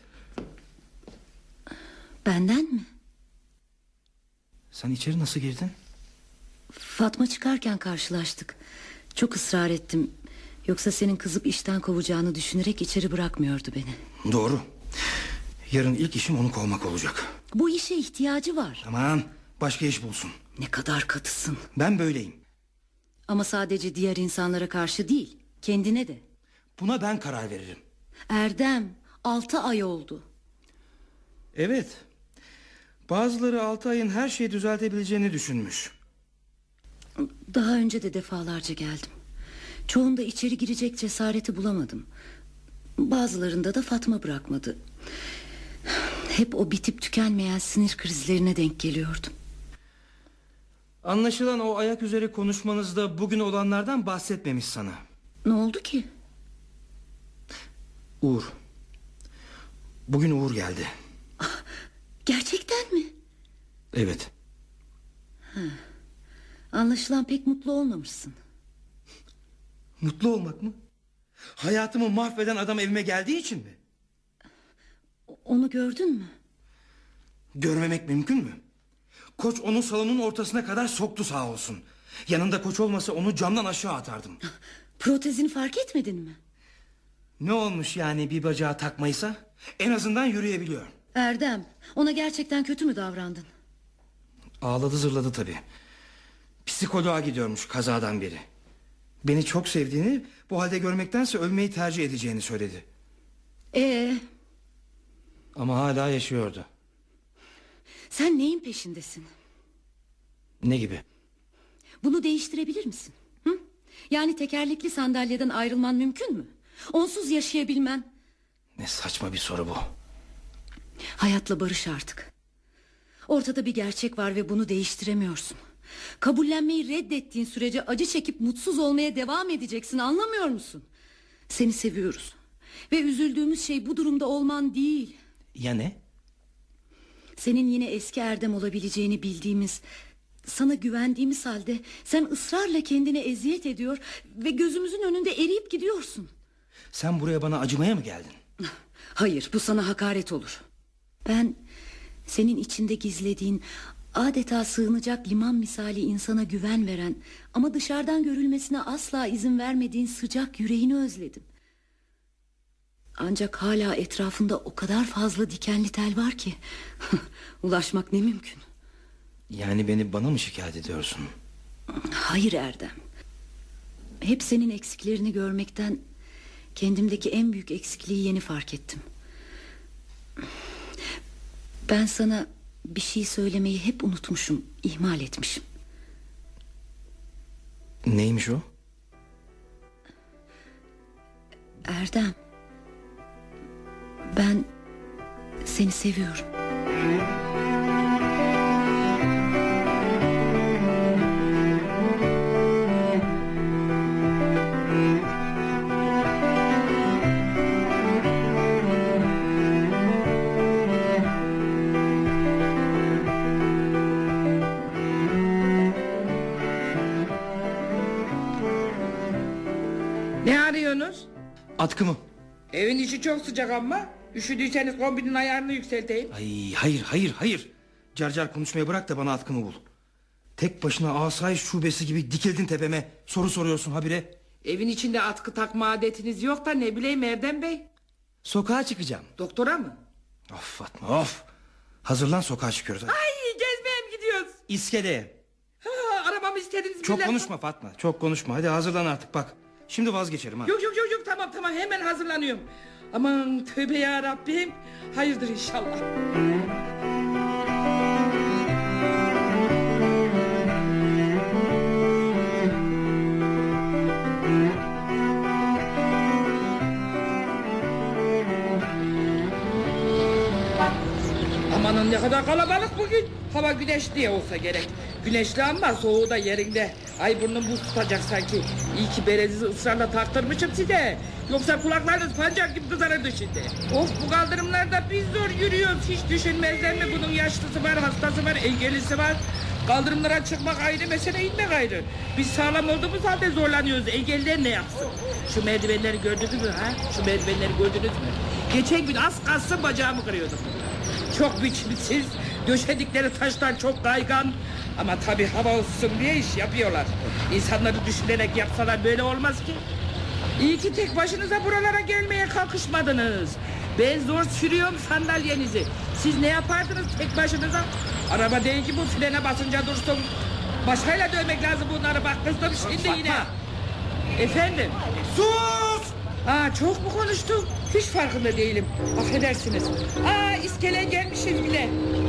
Speaker 5: Benden mi?
Speaker 3: Sen içeri nasıl girdin?
Speaker 5: Fatma çıkarken karşılaştık. Çok ısrar ettim. Yoksa senin kızıp işten kovacağını düşünerek içeri bırakmıyordu beni.
Speaker 3: Doğru. Yarın ilk işim onu kovmak olacak.
Speaker 5: Bu işe ihtiyacı var.
Speaker 3: Aman, başka iş bulsun.
Speaker 5: Ne kadar katısın.
Speaker 3: Ben böyleyim.
Speaker 5: Ama sadece diğer insanlara karşı değil, kendine de.
Speaker 3: Buna ben karar veririm.
Speaker 5: Erdem, altı ay oldu.
Speaker 3: Evet. Bazıları altı ayın her şeyi düzeltebileceğini düşünmüş.
Speaker 5: Daha önce de defalarca geldim. Çoğunda içeri girecek cesareti bulamadım. Bazılarında da Fatma bırakmadı. Hep o bitip tükenmeyen sinir krizlerine denk geliyordum.
Speaker 3: Anlaşılan o ayak üzeri konuşmanızda bugün olanlardan bahsetmemiş sana.
Speaker 5: Ne oldu ki?
Speaker 3: Uğur. Bugün Uğur geldi.
Speaker 5: Gerçekten mi?
Speaker 3: Evet.
Speaker 5: Anlaşılan pek mutlu olmamışsın.
Speaker 3: Mutlu olmak mı? Hayatımı mahveden adam evime geldiği için mi?
Speaker 5: Onu gördün mü?
Speaker 3: Görmemek mümkün mü? Koç onu salonun ortasına kadar soktu sağ olsun. Yanında Koç olmasa onu camdan aşağı atardım.
Speaker 5: Protezini fark etmedin mi?
Speaker 3: Ne olmuş yani bir bacağı takmaysa? En azından yürüyebiliyor.
Speaker 5: Erdem, ona gerçekten kötü mü davrandın?
Speaker 3: Ağladı zırladı tabii. Psikoloğa gidiyormuş kazadan beri. Beni çok sevdiğini, bu halde görmektense ölmeyi tercih edeceğini söyledi.
Speaker 5: Ee,
Speaker 3: Ama hala yaşıyordu.
Speaker 5: sen neyin peşindesin?
Speaker 3: Ne gibi?
Speaker 5: Bunu değiştirebilir misin? Hı? Yani tekerlekli sandalyeden ayrılman mümkün mü? Onsuz yaşayabilmen.
Speaker 3: Ne saçma bir soru bu.
Speaker 5: Hayatla barış artık. Ortada bir gerçek var ve bunu değiştiremiyorsun. Kabullenmeyi reddettiğin sürece acı çekip mutsuz olmaya devam edeceksin, anlamıyor musun? Seni seviyoruz. Ve üzüldüğümüz şey bu durumda olman değil.
Speaker 3: Ya ne?
Speaker 5: Senin yine eski Erdem olabileceğini bildiğimiz, sana güvendiğimiz halde sen ısrarla kendine eziyet ediyor ve gözümüzün önünde eriyip gidiyorsun.
Speaker 3: Sen buraya bana acımaya mı geldin?
Speaker 5: Hayır, bu sana hakaret olur. Ben senin içinde gizlediğin, adeta sığınacak liman misali insana güven veren ama dışarıdan görülmesine asla izin vermediğin sıcak yüreğini özledim. Ancak hala etrafında o kadar fazla dikenli tel var ki ulaşmak ne mümkün.
Speaker 3: Yani beni bana mı şikayet ediyorsun?
Speaker 5: Hayır Erdem. Hep senin eksiklerini görmekten kendimdeki en büyük eksikliği yeni fark ettim. Ben sana bir şey söylemeyi hep unutmuşum, ihmal etmişim.
Speaker 3: Neymiş o?
Speaker 5: Erdem, ben seni seviyorum.
Speaker 6: Ne arıyorsunuz?
Speaker 3: Atkımı.
Speaker 6: Evin içi çok sıcak ama. Üşüdüyseniz kombinin ayarını yükselteyim.
Speaker 3: Ay, hayır hayır hayır. Carcar konuşmayı bırak da bana atkımı bul. Tek başına asayiş şubesi gibi dikildin tepeme. Soru soruyorsun habire.
Speaker 6: Evin içinde atkı takma adetiniz yok da ne bileyim Erdem Bey.
Speaker 3: Sokağa çıkacağım.
Speaker 6: Doktora mı?
Speaker 3: Of Fatma of. Hazırlan, sokağa çıkıyoruz hadi.
Speaker 6: Ay gezmeye mi gidiyoruz?
Speaker 3: İskeleye.
Speaker 6: Ha, arabamı istediniz.
Speaker 3: Çok
Speaker 6: millet-
Speaker 3: konuşma Fatma, çok konuşma. Hadi hazırlan artık bak. Şimdi vazgeçerim ha.
Speaker 6: Yok yok yok yok tamam tamam hemen hazırlanıyorum. Aman tövbe ya Rabbim. Hayırdır inşallah. Amanın ne kadar kalabalık bugün. Hava güneşli olsa gerek. Güneşli ama soğuğu da yerinde. Ay burnum buz tutacak sanki. İyi ki berenizi ısrarla taktırmışım size. Yoksa kulaklarınız pancak gibi kızarırdı şimdi. Of bu kaldırımlarda biz zor yürüyoruz. Hiç düşünmezler mi bunun yaşlısı var, hastası var, engellisi var. Kaldırımlara çıkmak ayrı mesele, inmek ayrı. Biz sağlam olduğumuz halde zorlanıyoruz. Engelliler ne yapsın? Şu merdivenleri gördünüz mü ha? Şu merdivenleri gördünüz mü? Geçen gün az kalsın bacağımı kırıyordum. Çok biçimsiz, döşedikleri taşlar çok kaygan. Ama tabii hava olsun diye iş yapıyorlar. İnsanları düşünerek yapsalar böyle olmaz ki. İyi ki tek başınıza buralara gelmeye kalkışmadınız. Ben zor sürüyorum sandalyenizi. Siz ne yapardınız tek başınıza? Araba değil ki bu, frene basınca dursun. Başayla dövmek lazım bunları, bak kızdım şimdi
Speaker 3: Fatma.
Speaker 6: yine. Efendim?
Speaker 3: Sus!
Speaker 6: Aa çok mu konuştum? Hiç farkında değilim. Affedersiniz. Aa iskele gelmişiz bile.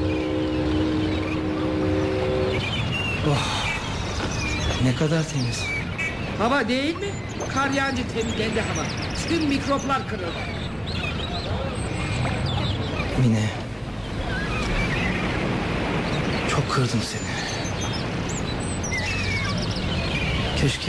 Speaker 3: Oh, ne kadar temiz.
Speaker 6: Hava değil mi? Kar yağınca temizlendi hava. Tüm mikroplar kırıldı.
Speaker 3: Mine, çok kırdım seni. Keşke...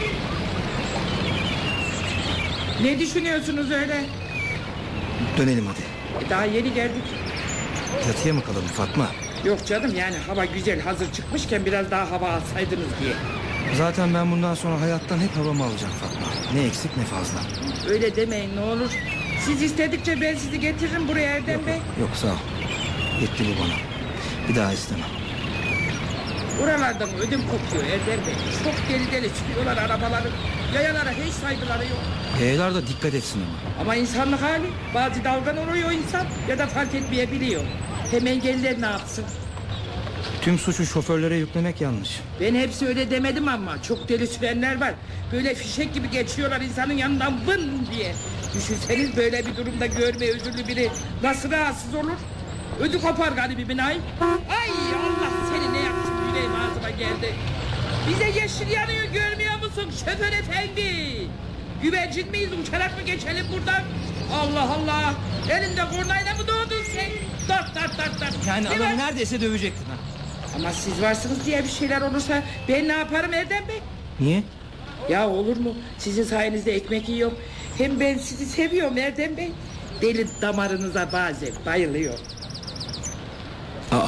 Speaker 6: Ne düşünüyorsunuz öyle?
Speaker 3: Dönelim hadi.
Speaker 6: E, Daha yeni geldik.
Speaker 3: Yatıya mı kalalım Fatma?
Speaker 6: Yok canım, yani hava güzel, hazır çıkmışken biraz daha hava alsaydınız diye.
Speaker 3: Zaten ben bundan sonra hayattan hep havamı alacağım Fatma. Ne eksik ne fazla.
Speaker 6: Öyle demeyin ne olur. Siz istedikçe ben sizi getiririm buraya Erdem Bey.
Speaker 3: Yok sağ ol. Yetti bu bana. Bir daha istemem.
Speaker 6: Buralardan ödüm kopuyor Erdem Bey. Çok deli deli çıkıyorlar arabaları. Yayalara hiç saygıları yok.
Speaker 3: Yayalar da dikkat etsin ama.
Speaker 6: Ama insanlık hali. Bazı dalgan oluyor insan ya da fark etmeyebiliyor. Hem engelliler ne yapsın?
Speaker 3: Tüm suçu şoförlere yüklemek yanlış.
Speaker 6: Ben hepsi öyle demedim ama çok deli sürenler var. Böyle fişek gibi geçiyorlar insanın yanından vın diye. Düşünseniz böyle bir durumda görme özürlü biri nasıl rahatsız olur? Ödü kopar garibimin ay. Ay Allah seni ne yapsın, yüreğim ağzıma geldi. Bize yeşil yanıyor, görmüyor musun şoför efendi? Güvercin miyiz, uçarak mı geçelim buradan? Allah Allah, elinde kornayla mı doğdun sen? Dart dart dart dart.
Speaker 3: Yani
Speaker 6: Ne
Speaker 3: adamı
Speaker 6: var?
Speaker 3: neredeyse dövecektin ha.
Speaker 6: Ama siz varsınız diye bir şeyler olursa ben ne yaparım Erdem Bey?
Speaker 3: Niye?
Speaker 6: Ya olur mu? Sizin sayenizde ekmek yiyorum. Hem ben sizi seviyorum Erdem Bey. Deli damarınıza bazen bayılıyor.
Speaker 3: Aa.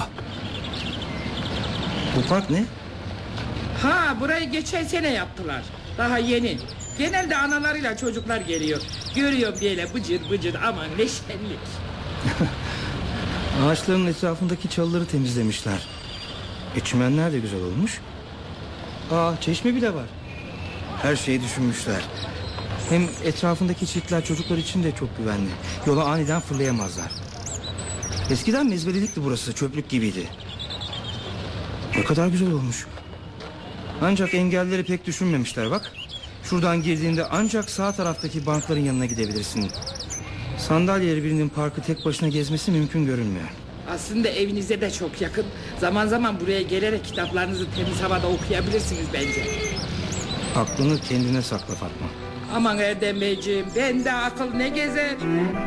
Speaker 3: Bu park ne?
Speaker 6: Ha, burayı geçen sene yaptılar. Daha yeni. Genelde analarıyla çocuklar geliyor. Görüyorum böyle bıcır bıcır, aman ne şenlik.
Speaker 3: Ağaçların etrafındaki çalıları temizlemişler. E çimenler de güzel olmuş. Aa, çeşme bile var. Her şeyi düşünmüşler. Hem etrafındaki çiftler çocuklar için de çok güvenli. Yola aniden fırlayamazlar. Eskiden mezbelelikti burası, çöplük gibiydi. Ne kadar güzel olmuş. Ancak engelleri pek düşünmemişler bak. Şuradan girdiğinde ancak sağ taraftaki bankların yanına gidebilirsin. Sandalyeleri birinin parkı tek başına gezmesi mümkün görünmüyor.
Speaker 6: Aslında evinize de çok yakın. Zaman zaman buraya gelerek kitaplarınızı temiz havada okuyabilirsiniz bence.
Speaker 3: Aklını kendine sakla Fatma.
Speaker 6: Aman Erdem Beyciğim, bende akıl ne gezer?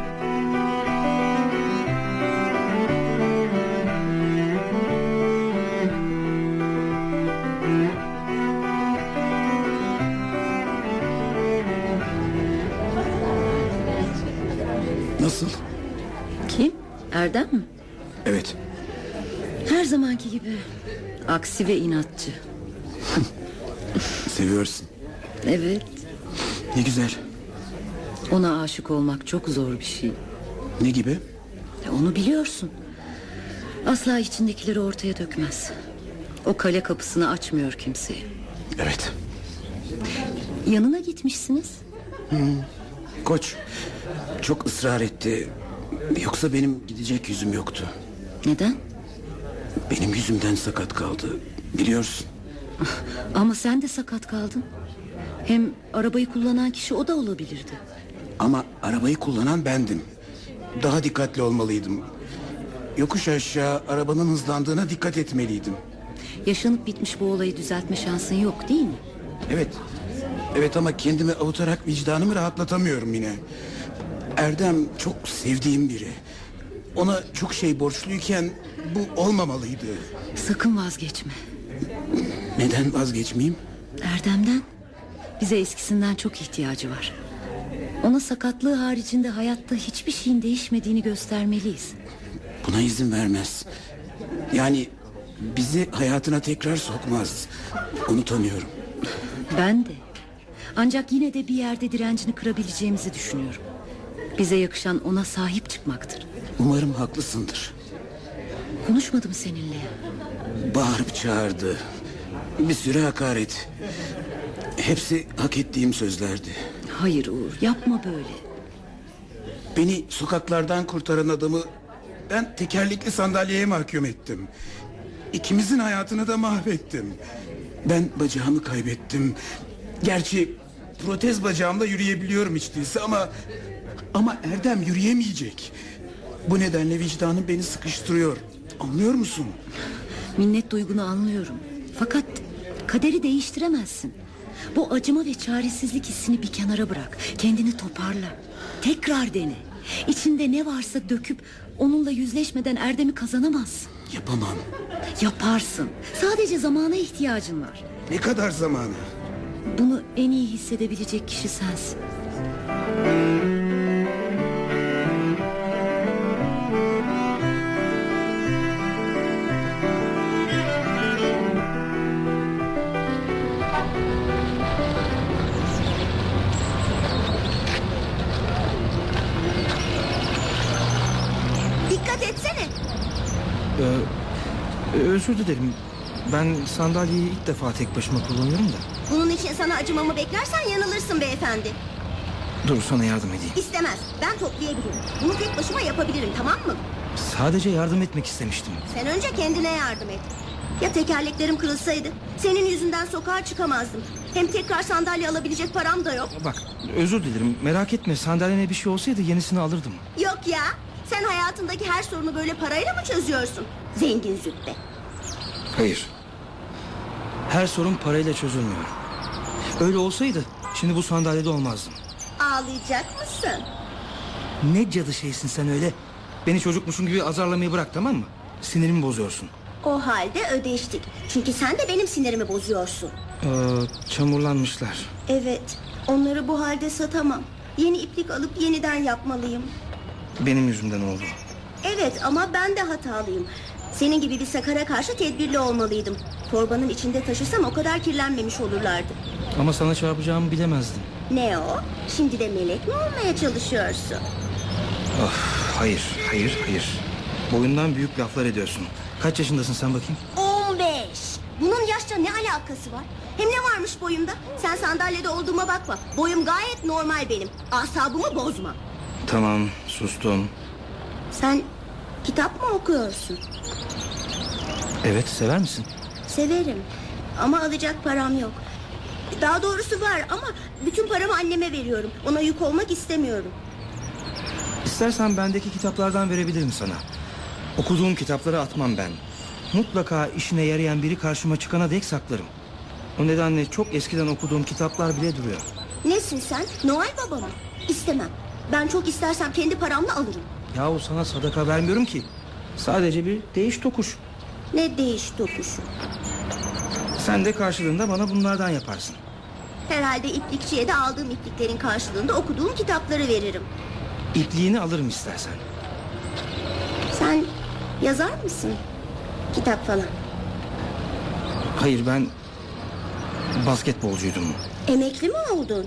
Speaker 4: Nasıl?
Speaker 5: Kim? Erdem mi?
Speaker 4: Evet.
Speaker 5: Her zamanki gibi. Aksi ve inatçı.
Speaker 4: Seviyorsun.
Speaker 5: Evet.
Speaker 4: Ne güzel.
Speaker 5: Ona aşık olmak çok zor bir şey.
Speaker 4: Ne gibi?
Speaker 5: E, Onu biliyorsun. Asla içindekileri ortaya dökmez. O kale kapısını açmıyor kimseye.
Speaker 4: Evet.
Speaker 5: Yanına gitmişsiniz.
Speaker 4: Koç çok ısrar etti. Yoksa benim gidecek yüzüm yoktu.
Speaker 5: Neden?
Speaker 4: Benim yüzümden sakat kaldı. Biliyorsun.
Speaker 5: Ama sen de sakat kaldın. Hem arabayı kullanan kişi o da olabilirdi.
Speaker 4: Ama arabayı kullanan bendim. Daha dikkatli olmalıydım. Yokuş aşağı arabanın hızlandığına dikkat etmeliydim.
Speaker 5: Yaşanıp bitmiş bu olayı düzeltme şansın yok değil mi?
Speaker 4: Evet. Evet ama kendimi avutarak vicdanımı rahatlatamıyorum yine. Erdem çok sevdiğim biri. Ona çok şey borçluyken bu olmamalıydı.
Speaker 5: Sakın vazgeçme.
Speaker 4: Neden vazgeçmeyeyim?
Speaker 5: Erdem'den. Bize eskisinden çok ihtiyacı var. Ona sakatlığı haricinde hayatta hiçbir şeyin değişmediğini göstermeliyiz.
Speaker 4: Buna izin vermez. Yani bizi hayatına tekrar sokmaz. Onu tanıyorum.
Speaker 5: Ben de. Ancak yine de bir yerde direncini kırabileceğimizi düşünüyorum. Bize yakışan ona sahip çıkmaktır.
Speaker 4: Umarım haklısındır.
Speaker 5: Konuşmadım seninle.
Speaker 4: Bağırıp çağırdı. Bir sürü hakaret. Hepsi hak ettiğim sözlerdi.
Speaker 5: Hayır Uğur, yapma böyle.
Speaker 4: Beni sokaklardan kurtaran adamı ben tekerlekli sandalyeye mahkum ettim. İkimizin hayatını da mahvettim. Ben bacağımı kaybettim. Gerçi protez bacağımla yürüyebiliyorum hiç değilse ama... Ama Erdem yürüyemeyecek. Bu nedenle vicdanım beni sıkıştırıyor. Anlıyor musun?
Speaker 5: Minnet duygunu anlıyorum. Fakat kaderi değiştiremezsin. Bu acıma ve çaresizlik hissini bir kenara bırak. Kendini toparla. Tekrar dene. İçinde ne varsa döküp onunla yüzleşmeden Erdem'i kazanamazsın.
Speaker 4: Yapamam.
Speaker 5: Yaparsın. Sadece zamana ihtiyacın var.
Speaker 4: Ne kadar zamanı?
Speaker 5: Bunu en iyi hissedebilecek kişi sensin.
Speaker 7: Dikkat etsene.
Speaker 3: Ee, özür dilerim. Ben sandalyeyi ilk defa tek başıma kullanıyorum da.
Speaker 7: Bunun için sana acımamı beklersen yanılırsın beyefendi.
Speaker 3: Dur sana yardım edeyim.
Speaker 7: İstemez. Ben toplayabilirim. Bunu tek başıma yapabilirim, tamam mı?
Speaker 3: Sadece yardım etmek istemiştim.
Speaker 7: Sen önce kendine yardım et. Ya tekerleklerim kırılsaydı? Senin yüzünden sokağa çıkamazdım. Hem tekrar sandalye alabilecek param da yok.
Speaker 3: Bak özür dilerim, merak etme, sandalyene bir şey olsaydı yenisini alırdım.
Speaker 7: Yok ya. Sen hayatındaki her sorunu böyle parayla mı çözüyorsun? Zengin züppe.
Speaker 3: Hayır. Her sorun parayla çözülmüyor. Öyle olsaydı şimdi bu sandalyede olmazdım.
Speaker 7: Ağlayacak mısın?
Speaker 3: Ne cadı şeysin sen öyle. Beni çocukmuşum gibi azarlamayı bırak, tamam mı? Sinirimi bozuyorsun.
Speaker 7: O halde ödeştik. Çünkü sen de benim sinirimi bozuyorsun.
Speaker 3: Ee, çamurlanmışlar.
Speaker 7: Evet. Onları bu halde satamam. Yeni iplik alıp yeniden yapmalıyım.
Speaker 3: Benim yüzümden oldu.
Speaker 7: Evet ama ben de hatalıyım. Senin gibi bir sakara karşı tedbirli olmalıydım. Torbanın içinde taşısam o kadar kirlenmemiş olurlardı.
Speaker 3: Ama sana çarpacağımı bilemezdim.
Speaker 7: Ne o? Şimdi de melek mi olmaya çalışıyorsun?
Speaker 3: Of, hayır, hayır, hayır. Boyundan büyük laflar ediyorsun. Kaç yaşındasın sen bakayım?
Speaker 7: On beş. Bunun yaşla ne alakası var? Hem ne varmış boyumda? Sen sandalyede olduğuma bakma. Boyum gayet normal benim. Asabımı bozma.
Speaker 3: Tamam, sustum.
Speaker 7: Sen kitap mı okuyorsun?
Speaker 3: Evet, sever misin?
Speaker 7: Severim. Ama alacak param yok. Daha doğrusu var ama bütün paramı anneme veriyorum. Ona yük olmak istemiyorum.
Speaker 3: İstersen bendeki kitaplardan verebilirim sana. Okuduğum kitapları atmam ben. Mutlaka işine yarayan biri karşıma çıkana dek saklarım. O nedenle çok eskiden okuduğum kitaplar bile duruyor.
Speaker 7: Nesin sen? Noel Baba mı? İstemem. Ben çok istersem kendi paramla alırım.
Speaker 3: Yahu sana sadaka vermiyorum ki. Sadece bir değiş tokuş.
Speaker 7: Ne değiş tokuşu.
Speaker 3: Sen de karşılığında bana bunlardan yaparsın.
Speaker 7: Herhalde iplikçiye de aldığım ipliklerin karşılığında okuduğum kitapları veririm.
Speaker 3: İpliğini alırım istersen.
Speaker 7: Sen yazar mısın? Kitap falan.
Speaker 3: Hayır, ben basketbolcuydum.
Speaker 7: Emekli mi oldun?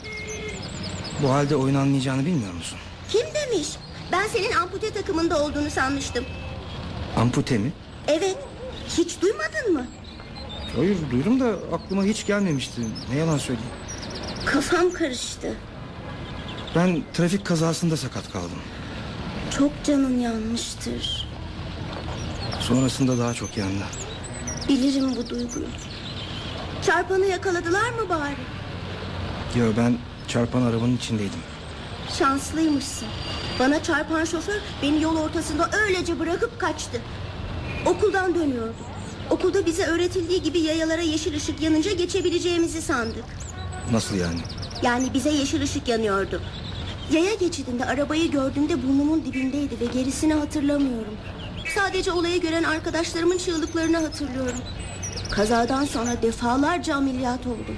Speaker 3: Bu halde oyun anlayacağını bilmiyor musun?
Speaker 7: Kim demiş? Ben senin ampute takımında olduğunu sanmıştım.
Speaker 3: Ampute mi?
Speaker 7: Evet. Hiç duymadın mı?
Speaker 3: Hayır, duydum da aklıma hiç gelmemişti. Ne yalan söyleyeyim.
Speaker 7: Kafam karıştı.
Speaker 3: Ben trafik kazasında sakat kaldım.
Speaker 7: Çok canın yanmıştır.
Speaker 3: Sonrasında daha çok yandı.
Speaker 7: Bilirim bu duyguyu. Çarpanı yakaladılar mı bari?
Speaker 3: Yo, ben çarpan arabanın içindeydim.
Speaker 7: Şanslıymışsın. Bana çarpan şoför beni yol ortasında öylece bırakıp kaçtı. Okuldan dönüyorduk. Okulda bize öğretildiği gibi yayalara yeşil ışık yanınca geçebileceğimizi sandık.
Speaker 3: Nasıl yani?
Speaker 7: Yani bize yeşil ışık yanıyordu. Yaya geçidinde arabayı gördüğümde burnumun dibindeydi ve gerisini hatırlamıyorum. Sadece olayı gören arkadaşlarımın çığlıklarını hatırlıyorum. Kazadan sonra defalarca ameliyat oldum.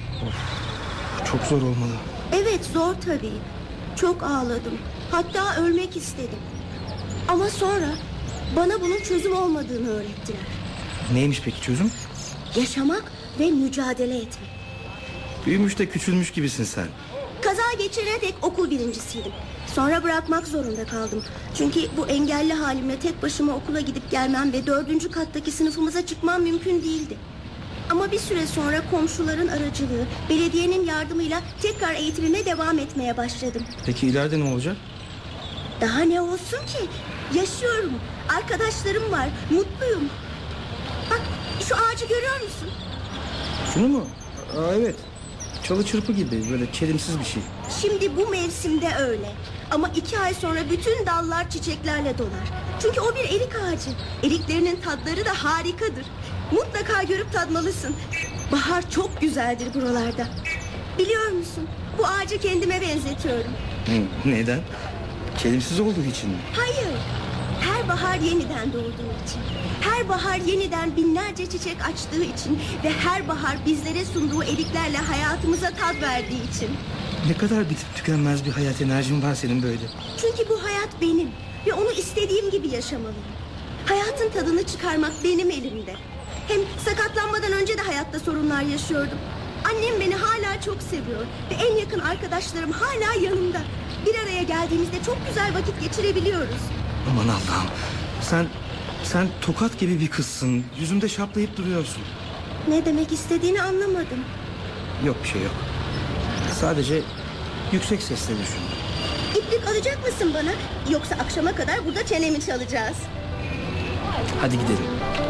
Speaker 3: Çok zor olmalı.
Speaker 7: Evet, zor tabii. Çok ağladım. Hatta ölmek istedim. Ama sonra bana bunun çözüm olmadığını öğrettiler.
Speaker 3: Neymiş peki çözüm?
Speaker 7: Yaşamak ve mücadele etmek.
Speaker 3: Büyümüş de küçülmüş gibisin sen.
Speaker 7: Kaza geçirene dek okul birincisiydim. Sonra bırakmak zorunda kaldım. Çünkü bu engelli halimle tek başıma okula gidip gelmem ve dördüncü kattaki sınıfımıza çıkmam mümkün değildi. Ama bir süre sonra komşuların aracılığı, belediyenin yardımıyla tekrar eğitimime devam etmeye başladım.
Speaker 3: Peki ileride ne olacak?
Speaker 7: Daha ne olsun ki? Yaşıyorum. Arkadaşlarım var. Mutluyum. Bak, şu ağacı görüyor musun?
Speaker 3: Şunu mu? Aa, evet. Çalı çırpı gibi, böyle çelimsiz bir şey.
Speaker 7: Şimdi bu mevsimde öyle. Ama iki ay sonra bütün dallar çiçeklerle dolar. Çünkü o bir erik ağacı. Eriklerinin tadları da harikadır. Mutlaka görüp tadmalısın. Bahar çok güzeldir buralarda. Biliyor musun? Bu ağacı kendime benzetiyorum.
Speaker 3: Hı, neden? Çelimsiz olduğu için mi?
Speaker 7: Hayır. Her bahar bahar yeniden doğduğu için, her bahar yeniden binlerce çiçek açtığı için ve her bahar bizlere sunduğu eliklerle hayatımıza tat verdiği için.
Speaker 3: Ne kadar bitip tükenmez bir hayat enerjin var senin böyle.
Speaker 7: Çünkü bu hayat benim ve onu istediğim gibi yaşamalıyım. Hayatın tadını çıkarmak benim elimde. Hem sakatlanmadan önce de hayatta sorunlar yaşıyordum. Annem beni hala çok seviyor ve en yakın arkadaşlarım hala yanımda. Bir araya geldiğimizde çok güzel vakit geçirebiliyoruz.
Speaker 3: Aman Allah'ım. Sen, sen tokat gibi bir kızsın. Yüzümde şaplayıp duruyorsun.
Speaker 7: Ne demek istediğini anlamadım.
Speaker 3: Yok bir şey yok. Sadece yüksek sesle düşündüm.
Speaker 7: İplik alacak mısın bana? Yoksa akşama kadar burada çenemi çalacağız.
Speaker 3: Hadi gidelim.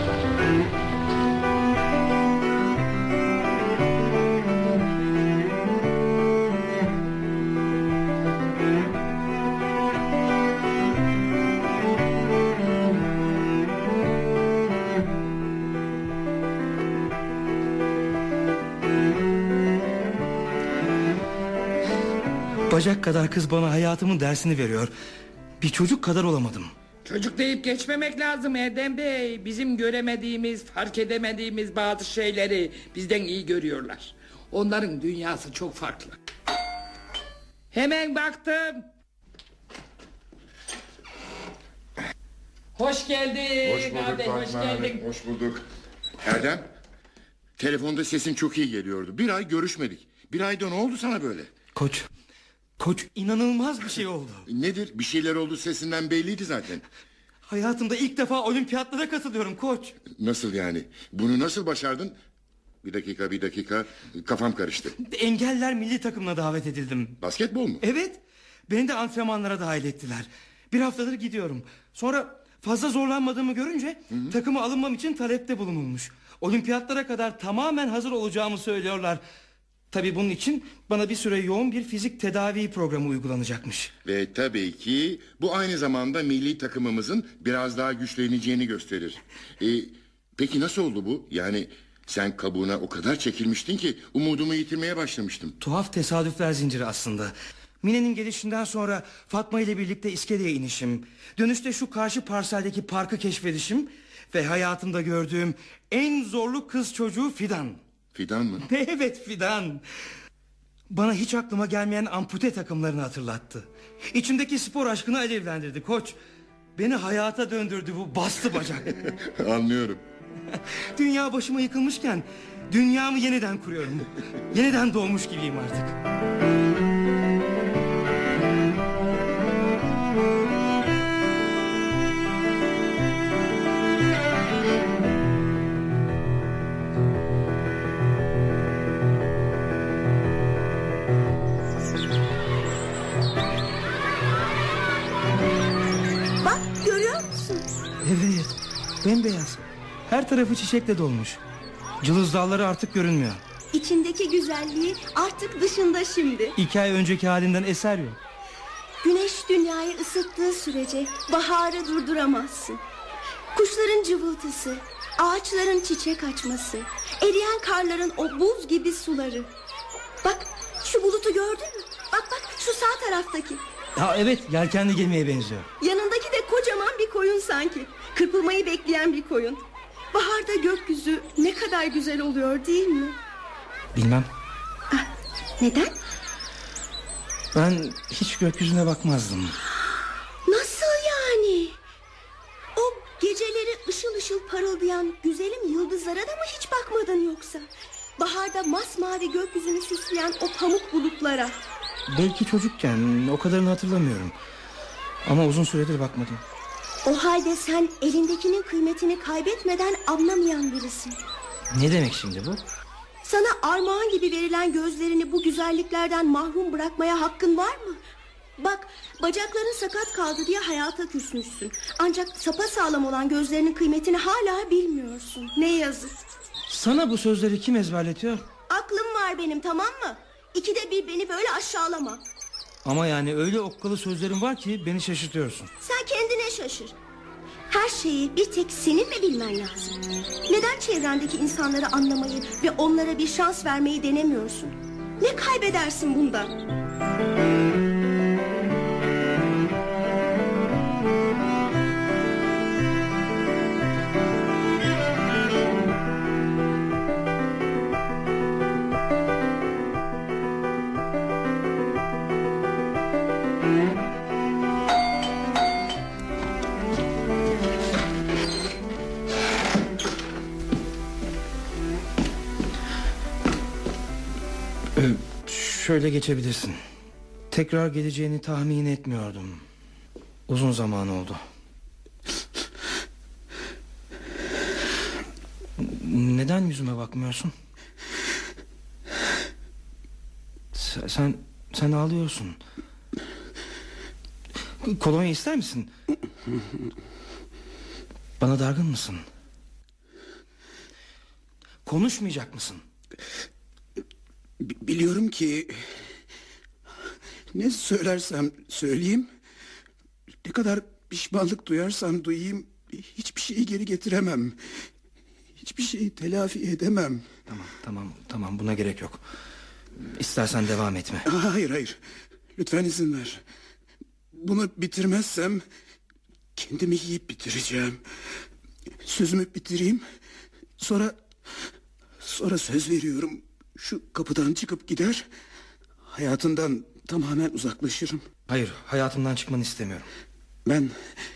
Speaker 3: Bacak kadar kız bana hayatımın dersini veriyor. Bir çocuk kadar olamadım.
Speaker 6: Çocuk deyip geçmemek lazım Erdem Bey. Bizim göremediğimiz, fark edemediğimiz bazı şeyleri bizden iyi görüyorlar. Onların dünyası çok farklı. Hemen baktım. Hoş geldin.
Speaker 1: Hoş bulduk
Speaker 6: abi, hoş
Speaker 1: Fatma
Speaker 6: geldin.
Speaker 1: Hanım, hoş bulduk. Erdem, telefonda sesin çok iyi geliyordu. Bir ay görüşmedik. Bir ayda ne oldu sana böyle?
Speaker 3: Koç, koç inanılmaz bir şey oldu.
Speaker 1: Nedir? Bir şeyler oldu, sesinden belliydi zaten.
Speaker 3: Hayatımda ilk defa olimpiyatlara katılıyorum koç.
Speaker 1: Nasıl yani? Bunu nasıl başardın? Bir dakika, bir dakika. Kafam karıştı.
Speaker 3: Engeller milli takımına davet edildim.
Speaker 1: Basketbol mu?
Speaker 3: Evet, beni de antrenmanlara dahil ettiler. Bir haftadır gidiyorum. Sonra fazla zorlanmadığımı görünce hı hı. takıma alınmam için talepte bulunulmuş. Olimpiyatlara kadar tamamen hazır olacağımı söylüyorlar. Tabii bunun için bana bir süre yoğun bir fizik tedavi programı uygulanacakmış.
Speaker 1: Ve tabii ki bu aynı zamanda milli takımımızın biraz daha güçleneceğini gösterir. Ee, peki nasıl oldu bu? Yani sen kabuğuna o kadar çekilmiştin ki umudumu yitirmeye başlamıştım.
Speaker 3: Tuhaf tesadüfler zinciri aslında. Mine'nin gelişinden sonra Fatma ile birlikte iskeleye inişim, dönüşte şu karşı parseldeki parkı keşfedişim ve hayatımda gördüğüm en zorlu kız çocuğu Fidan.
Speaker 1: Fidan mı?
Speaker 3: Evet, Fidan. Bana hiç aklıma gelmeyen ampute takımlarını hatırlattı. İçimdeki spor aşkını alevlendirdi koç. Beni hayata döndürdü bu bastı bacak.
Speaker 1: Anlıyorum.
Speaker 3: Dünya başıma yıkılmışken dünyamı yeniden kuruyorum. Yeniden doğmuş gibiyim artık.
Speaker 7: Bak, görüyor musun?
Speaker 3: Evet, bembeyaz. Her tarafı çiçekle dolmuş. Cılız dalları artık görünmüyor.
Speaker 7: İçindeki güzelliği artık dışında şimdi.
Speaker 3: İki ay önceki halinden eser yok.
Speaker 7: Güneş dünyayı ısıttığı sürece baharı durduramazsın. Kuşların cıvıltısı, ağaçların çiçek açması, eriyen karların o buz gibi suları. Bak, şu bulutu gördün mü? Bak bak, şu sağ taraftaki.
Speaker 3: Ha, evet, yelkenli gemiye benziyor.
Speaker 7: Yanındaki de kocaman bir koyun sanki. Kırpılmayı bekleyen bir koyun. Baharda gökyüzü ne kadar güzel oluyor değil mi?
Speaker 3: Bilmem.
Speaker 7: Ah, neden?
Speaker 3: Ben hiç gökyüzüne bakmazdım.
Speaker 7: Nasıl yani? O geceleri ışıl ışıl parıldayan güzelim yıldızlara da mı hiç bakmadın yoksa? Baharda masmavi gökyüzünü süsleyen o pamuk bulutlara.
Speaker 3: Belki çocukken, o kadarını hatırlamıyorum. Ama uzun süredir bakmadım.
Speaker 7: O halde sen elindekinin kıymetini kaybetmeden anlamayan birisin.
Speaker 3: Ne demek şimdi bu?
Speaker 7: Sana armağan gibi verilen gözlerini bu güzelliklerden mahrum bırakmaya hakkın var mı? Bak, bacakların sakat kaldı diye hayata küsmüşsün. Ancak sapasağlam olan gözlerinin kıymetini hala bilmiyorsun. Ne yazık.
Speaker 3: Sana bu sözleri kim ezberletiyor?
Speaker 7: Aklım var benim, tamam mı? İkide bir beni böyle aşağılama.
Speaker 3: Ama yani öyle okkalı sözlerin var ki beni şaşırtıyorsun.
Speaker 7: Sen kendine şaşır. Her şeyi bir tek senin mi bilmen lazım? Neden çevrendeki insanları anlamayı ve onlara bir şans vermeyi denemiyorsun? Ne kaybedersin bundan?
Speaker 3: Şöyle geçebilirsin. Tekrar geleceğini tahmin etmiyordum. Uzun zaman oldu. Neden yüzüme bakmıyorsun? Sen sen, sen ağlıyorsun. Kolonya ister misin? Bana dargın mısın? Konuşmayacak mısın?
Speaker 4: B- biliyorum ki ne söylersem söyleyeyim, ne kadar pişmanlık duyarsam duyayım, hiçbir şeyi geri getiremem. Hiçbir şeyi telafi edemem.
Speaker 3: Tamam tamam tamam, buna gerek yok. İstersen devam etme.
Speaker 4: Hayır hayır, lütfen izin ver. Bunu bitirmezsem kendimi yiyip bitireceğim. Sözümü bitireyim. Sonra Sonra söz veriyorum, şu kapıdan çıkıp gider, hayatından tamamen uzaklaşırım.
Speaker 3: Hayır, hayatımdan çıkmanı istemiyorum.
Speaker 4: Ben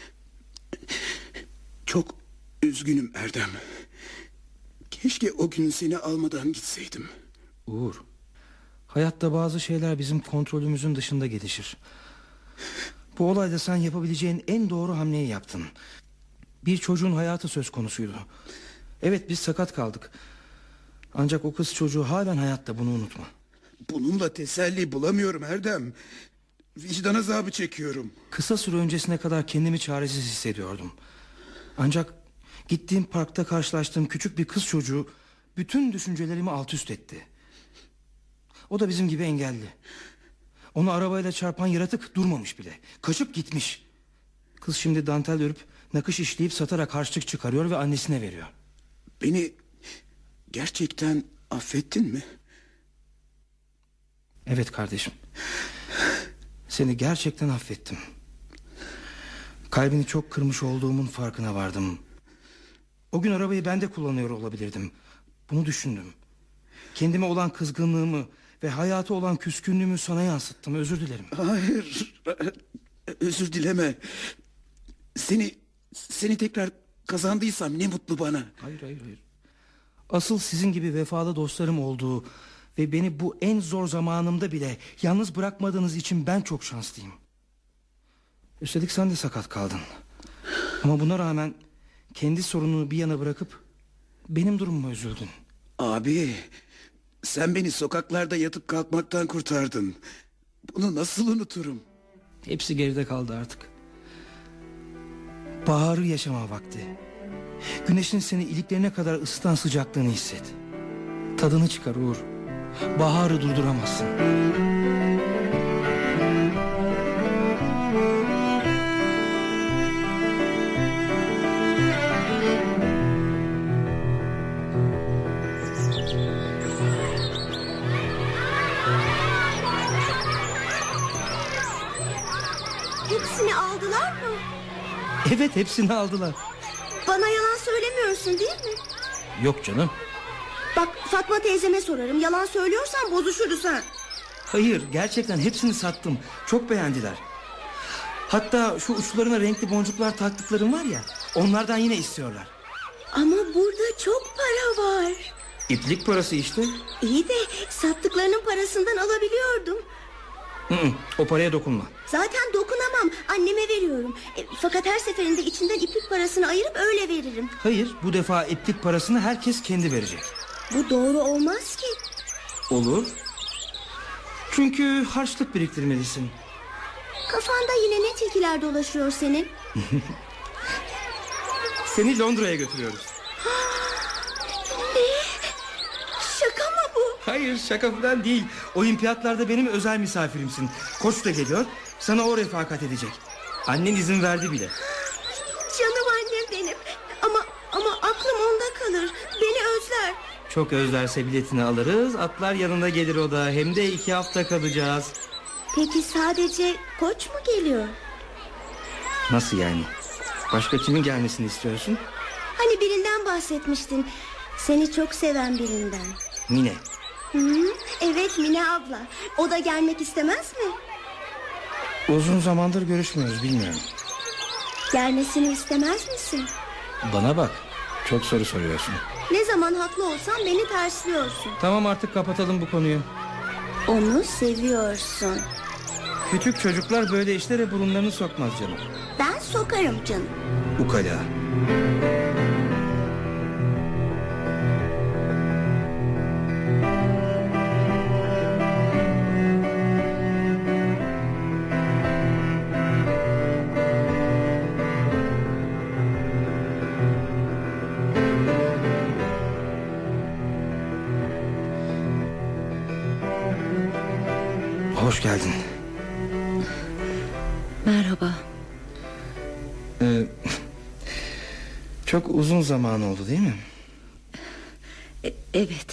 Speaker 4: çok üzgünüm Erdem. Keşke o gün seni almadan gitseydim.
Speaker 3: Uğur, hayatta bazı şeyler bizim kontrolümüzün dışında gelişir. Bu olayda sen yapabileceğin en doğru hamleyi yaptın. Bir çocuğun hayatı söz konusuydu. Evet, biz sakat kaldık. Ancak o kız çocuğu halen hayatta, bunu unutma.
Speaker 4: Bununla teselli bulamıyorum Erdem. Vicdan azabı çekiyorum.
Speaker 3: Kısa süre öncesine kadar kendimi çaresiz hissediyordum. Ancak gittiğim parkta karşılaştığım küçük bir kız çocuğu bütün düşüncelerimi alt üst etti. O da bizim gibi engelli. Onu arabayla çarpan yaratık durmamış bile. Kaçıp gitmiş. Kız şimdi dantel örüp nakış işleyip satarak harçlık çıkarıyor ve annesine veriyor.
Speaker 4: Beni gerçekten affettin mi?
Speaker 3: Evet kardeşim. Seni gerçekten affettim. Kalbini çok kırmış olduğumun farkına vardım. O gün arabayı ben de kullanıyor olabilirdim. Bunu düşündüm. Kendime olan kızgınlığımı ve hayata olan küskünlüğümü sana yansıttım. Özür dilerim.
Speaker 4: Hayır. Özür dileme. Seni seni tekrar kazandıysam ne mutlu bana.
Speaker 3: Hayır hayır hayır. Asıl sizin gibi vefalı dostlarım olduğu ve beni bu en zor zamanımda bile yalnız bırakmadığınız için ben çok şanslıyım. Üstelik sen de sakat kaldın. Ama buna rağmen kendi sorununu bir yana bırakıp benim durumuma üzüldün.
Speaker 4: Abi, sen beni sokaklarda yatıp kalkmaktan kurtardın. Bunu nasıl unuturum?
Speaker 3: Hepsi geride kaldı artık. Baharı yaşama vakti. Güneşin seni iliklerine kadar ısıtan sıcaklığını hisset. Tadını çıkar Uğur. Baharı durduramazsın.
Speaker 7: Hepsini aldılar mı?
Speaker 3: Evet, hepsini aldılar.
Speaker 7: Bana yalan söylemiyorsun değil mi?
Speaker 3: Yok canım.
Speaker 7: Bak, Fatma teyzeme sorarım. Yalan söylüyorsan bozuşuruz ha.
Speaker 3: Hayır, gerçekten hepsini sattım. Çok beğendiler. Hatta şu uçlarına renkli boncuklar taktıklarım var ya, onlardan yine istiyorlar.
Speaker 7: Ama burada çok para var.
Speaker 3: İplik parası işte.
Speaker 7: İyi de sattıklarının parasından alabiliyordum.
Speaker 3: Hı hı, o paraya dokunma.
Speaker 7: Zaten dokunamam, anneme veriyorum. E, fakat her seferinde içinden iplik parasını ayırıp öyle veririm.
Speaker 3: Hayır, bu defa iplik parasını herkes kendi verecek.
Speaker 7: Bu doğru olmaz ki.
Speaker 3: Olur. Çünkü harçlık biriktirmelisin.
Speaker 7: Kafanda yine ne tilkiler dolaşıyor senin?
Speaker 3: Seni Londra'ya götürüyoruz.
Speaker 7: Ne? Şaka mı bu?
Speaker 3: Hayır, şaka falan değil. Olimpiyatlarda benim özel misafirimsin. Koç da geliyor, sana o refakat edecek. Annen izin verdi bile.
Speaker 7: Canım annem benim. Ama ama aklım onda kalır. Beni özler.
Speaker 3: Çok özlerse biletini alırız, atlar yanında gelir o da. Hem de iki hafta kalacağız.
Speaker 7: Peki sadece Koç mu geliyor?
Speaker 3: Nasıl yani? Başka kimin gelmesini istiyorsun?
Speaker 7: Hani birinden bahsetmiştin. Seni çok seven birinden.
Speaker 3: Mine.
Speaker 7: Hı, evet, Mine abla. O da gelmek istemez mi?
Speaker 3: Uzun zamandır görüşmüyoruz, bilmiyorum.
Speaker 7: Gelmesini istemez misin?
Speaker 3: Bana bak, çok soru soruyorsun.
Speaker 7: Ne zaman haklı olsam beni tersliyorsun.
Speaker 3: Tamam, artık kapatalım bu konuyu.
Speaker 7: Onu seviyorsun.
Speaker 3: Küçük çocuklar böyle işlere burunlarını sokmaz canım.
Speaker 7: Ben sokarım canım.
Speaker 3: Ukala. Hoş geldin.
Speaker 5: Merhaba.
Speaker 3: Ee, çok uzun zaman oldu değil mi?
Speaker 5: E, evet.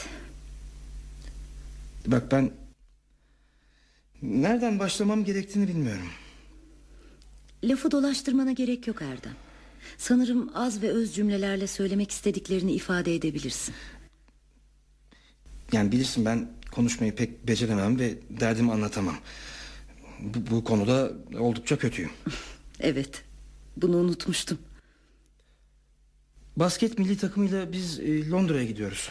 Speaker 3: Bak ben nereden başlamam gerektiğini bilmiyorum.
Speaker 5: Lafı dolaştırmana gerek yok Erdem. Sanırım az ve öz cümlelerle söylemek istediklerini ifade edebilirsin.
Speaker 3: Yani bilirsin ben konuşmayı pek beceremem ve derdimi anlatamam. Bu, bu konuda oldukça kötüyüm.
Speaker 5: Evet, bunu unutmuştum.
Speaker 3: Basket milli takımıyla biz e, Londra'ya gidiyoruz.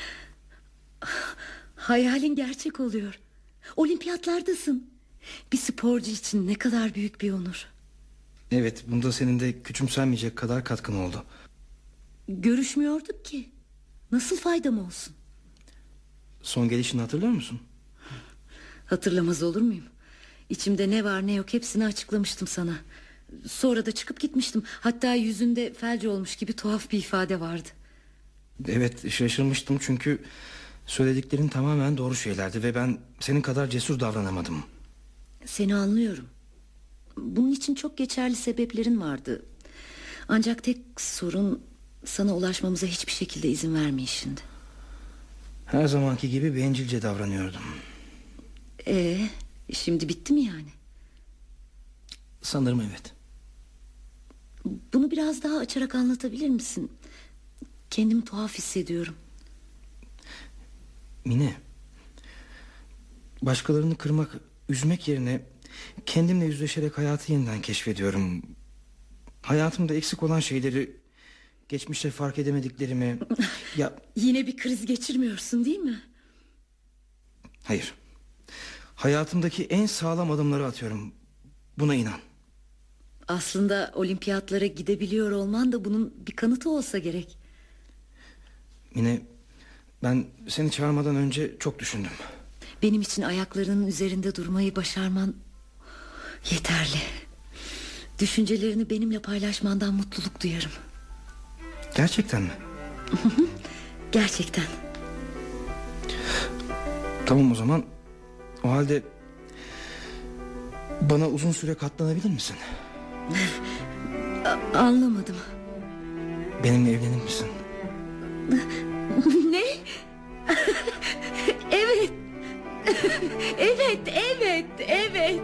Speaker 5: Hayalin gerçek oluyor. Olimpiyatlardasın. Bir sporcu için ne kadar büyük bir onur.
Speaker 3: Evet, bunda senin de küçümsenmeyecek kadar katkın oldu.
Speaker 5: Görüşmüyorduk ki. Nasıl faydam olsun?
Speaker 3: Son gelişini hatırlıyor musun?
Speaker 5: Hatırlamaz olur muyum? İçimde ne var ne yok hepsini açıklamıştım sana. Sonra da çıkıp gitmiştim. Hatta yüzünde felç olmuş gibi tuhaf bir ifade vardı.
Speaker 3: Evet, şaşırmıştım çünkü söylediklerin tamamen doğru şeylerdi ve ben senin kadar cesur davranamadım.
Speaker 5: Seni anlıyorum. Bunun için çok geçerli sebeplerin vardı. Ancak tek sorun sana ulaşmamıza hiçbir şekilde izin vermeyişindi.
Speaker 3: Her zamanki gibi bencilce davranıyordum.
Speaker 5: Ee, şimdi bitti mi yani?
Speaker 3: Sanırım evet.
Speaker 5: Bunu biraz daha açarak anlatabilir misin? Kendimi tuhaf hissediyorum.
Speaker 3: Mine, başkalarını kırmak, üzmek yerine kendimle yüzleşerek hayatı yeniden keşfediyorum. Hayatımda eksik olan şeyleri, geçmişte fark edemediklerimi... ya
Speaker 5: Yine bir kriz geçirmiyorsun değil mi?
Speaker 3: Hayır. Hayatımdaki en sağlam adımları atıyorum. Buna inan.
Speaker 5: Aslında olimpiyatlara gidebiliyor olman da bunun bir kanıtı olsa gerek.
Speaker 3: Mine, ben seni çağırmadan önce çok düşündüm.
Speaker 5: Benim için ayaklarının üzerinde durmayı başarman yeterli. Düşüncelerini benimle paylaşmandan mutluluk duyarım.
Speaker 3: Gerçekten mi?
Speaker 5: Gerçekten.
Speaker 3: Tamam o zaman. O halde bana uzun süre katlanabilir misin?
Speaker 5: A- anlamadım.
Speaker 3: Benimle evlenir misin?
Speaker 5: Ne? Evet. Evet, evet, evet.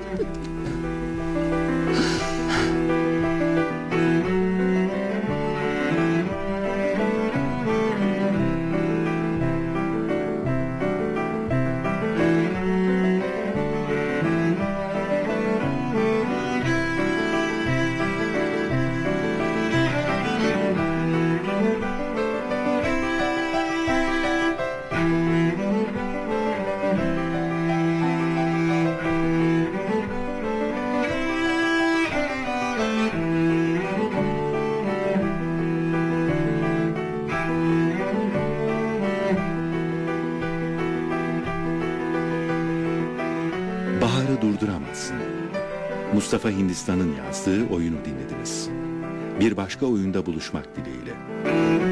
Speaker 2: Baharı durduramazsın. Mustafa Hindistan'ın yazdığı oyunu dinlediniz. Bir başka oyunda buluşmak dileğiyle.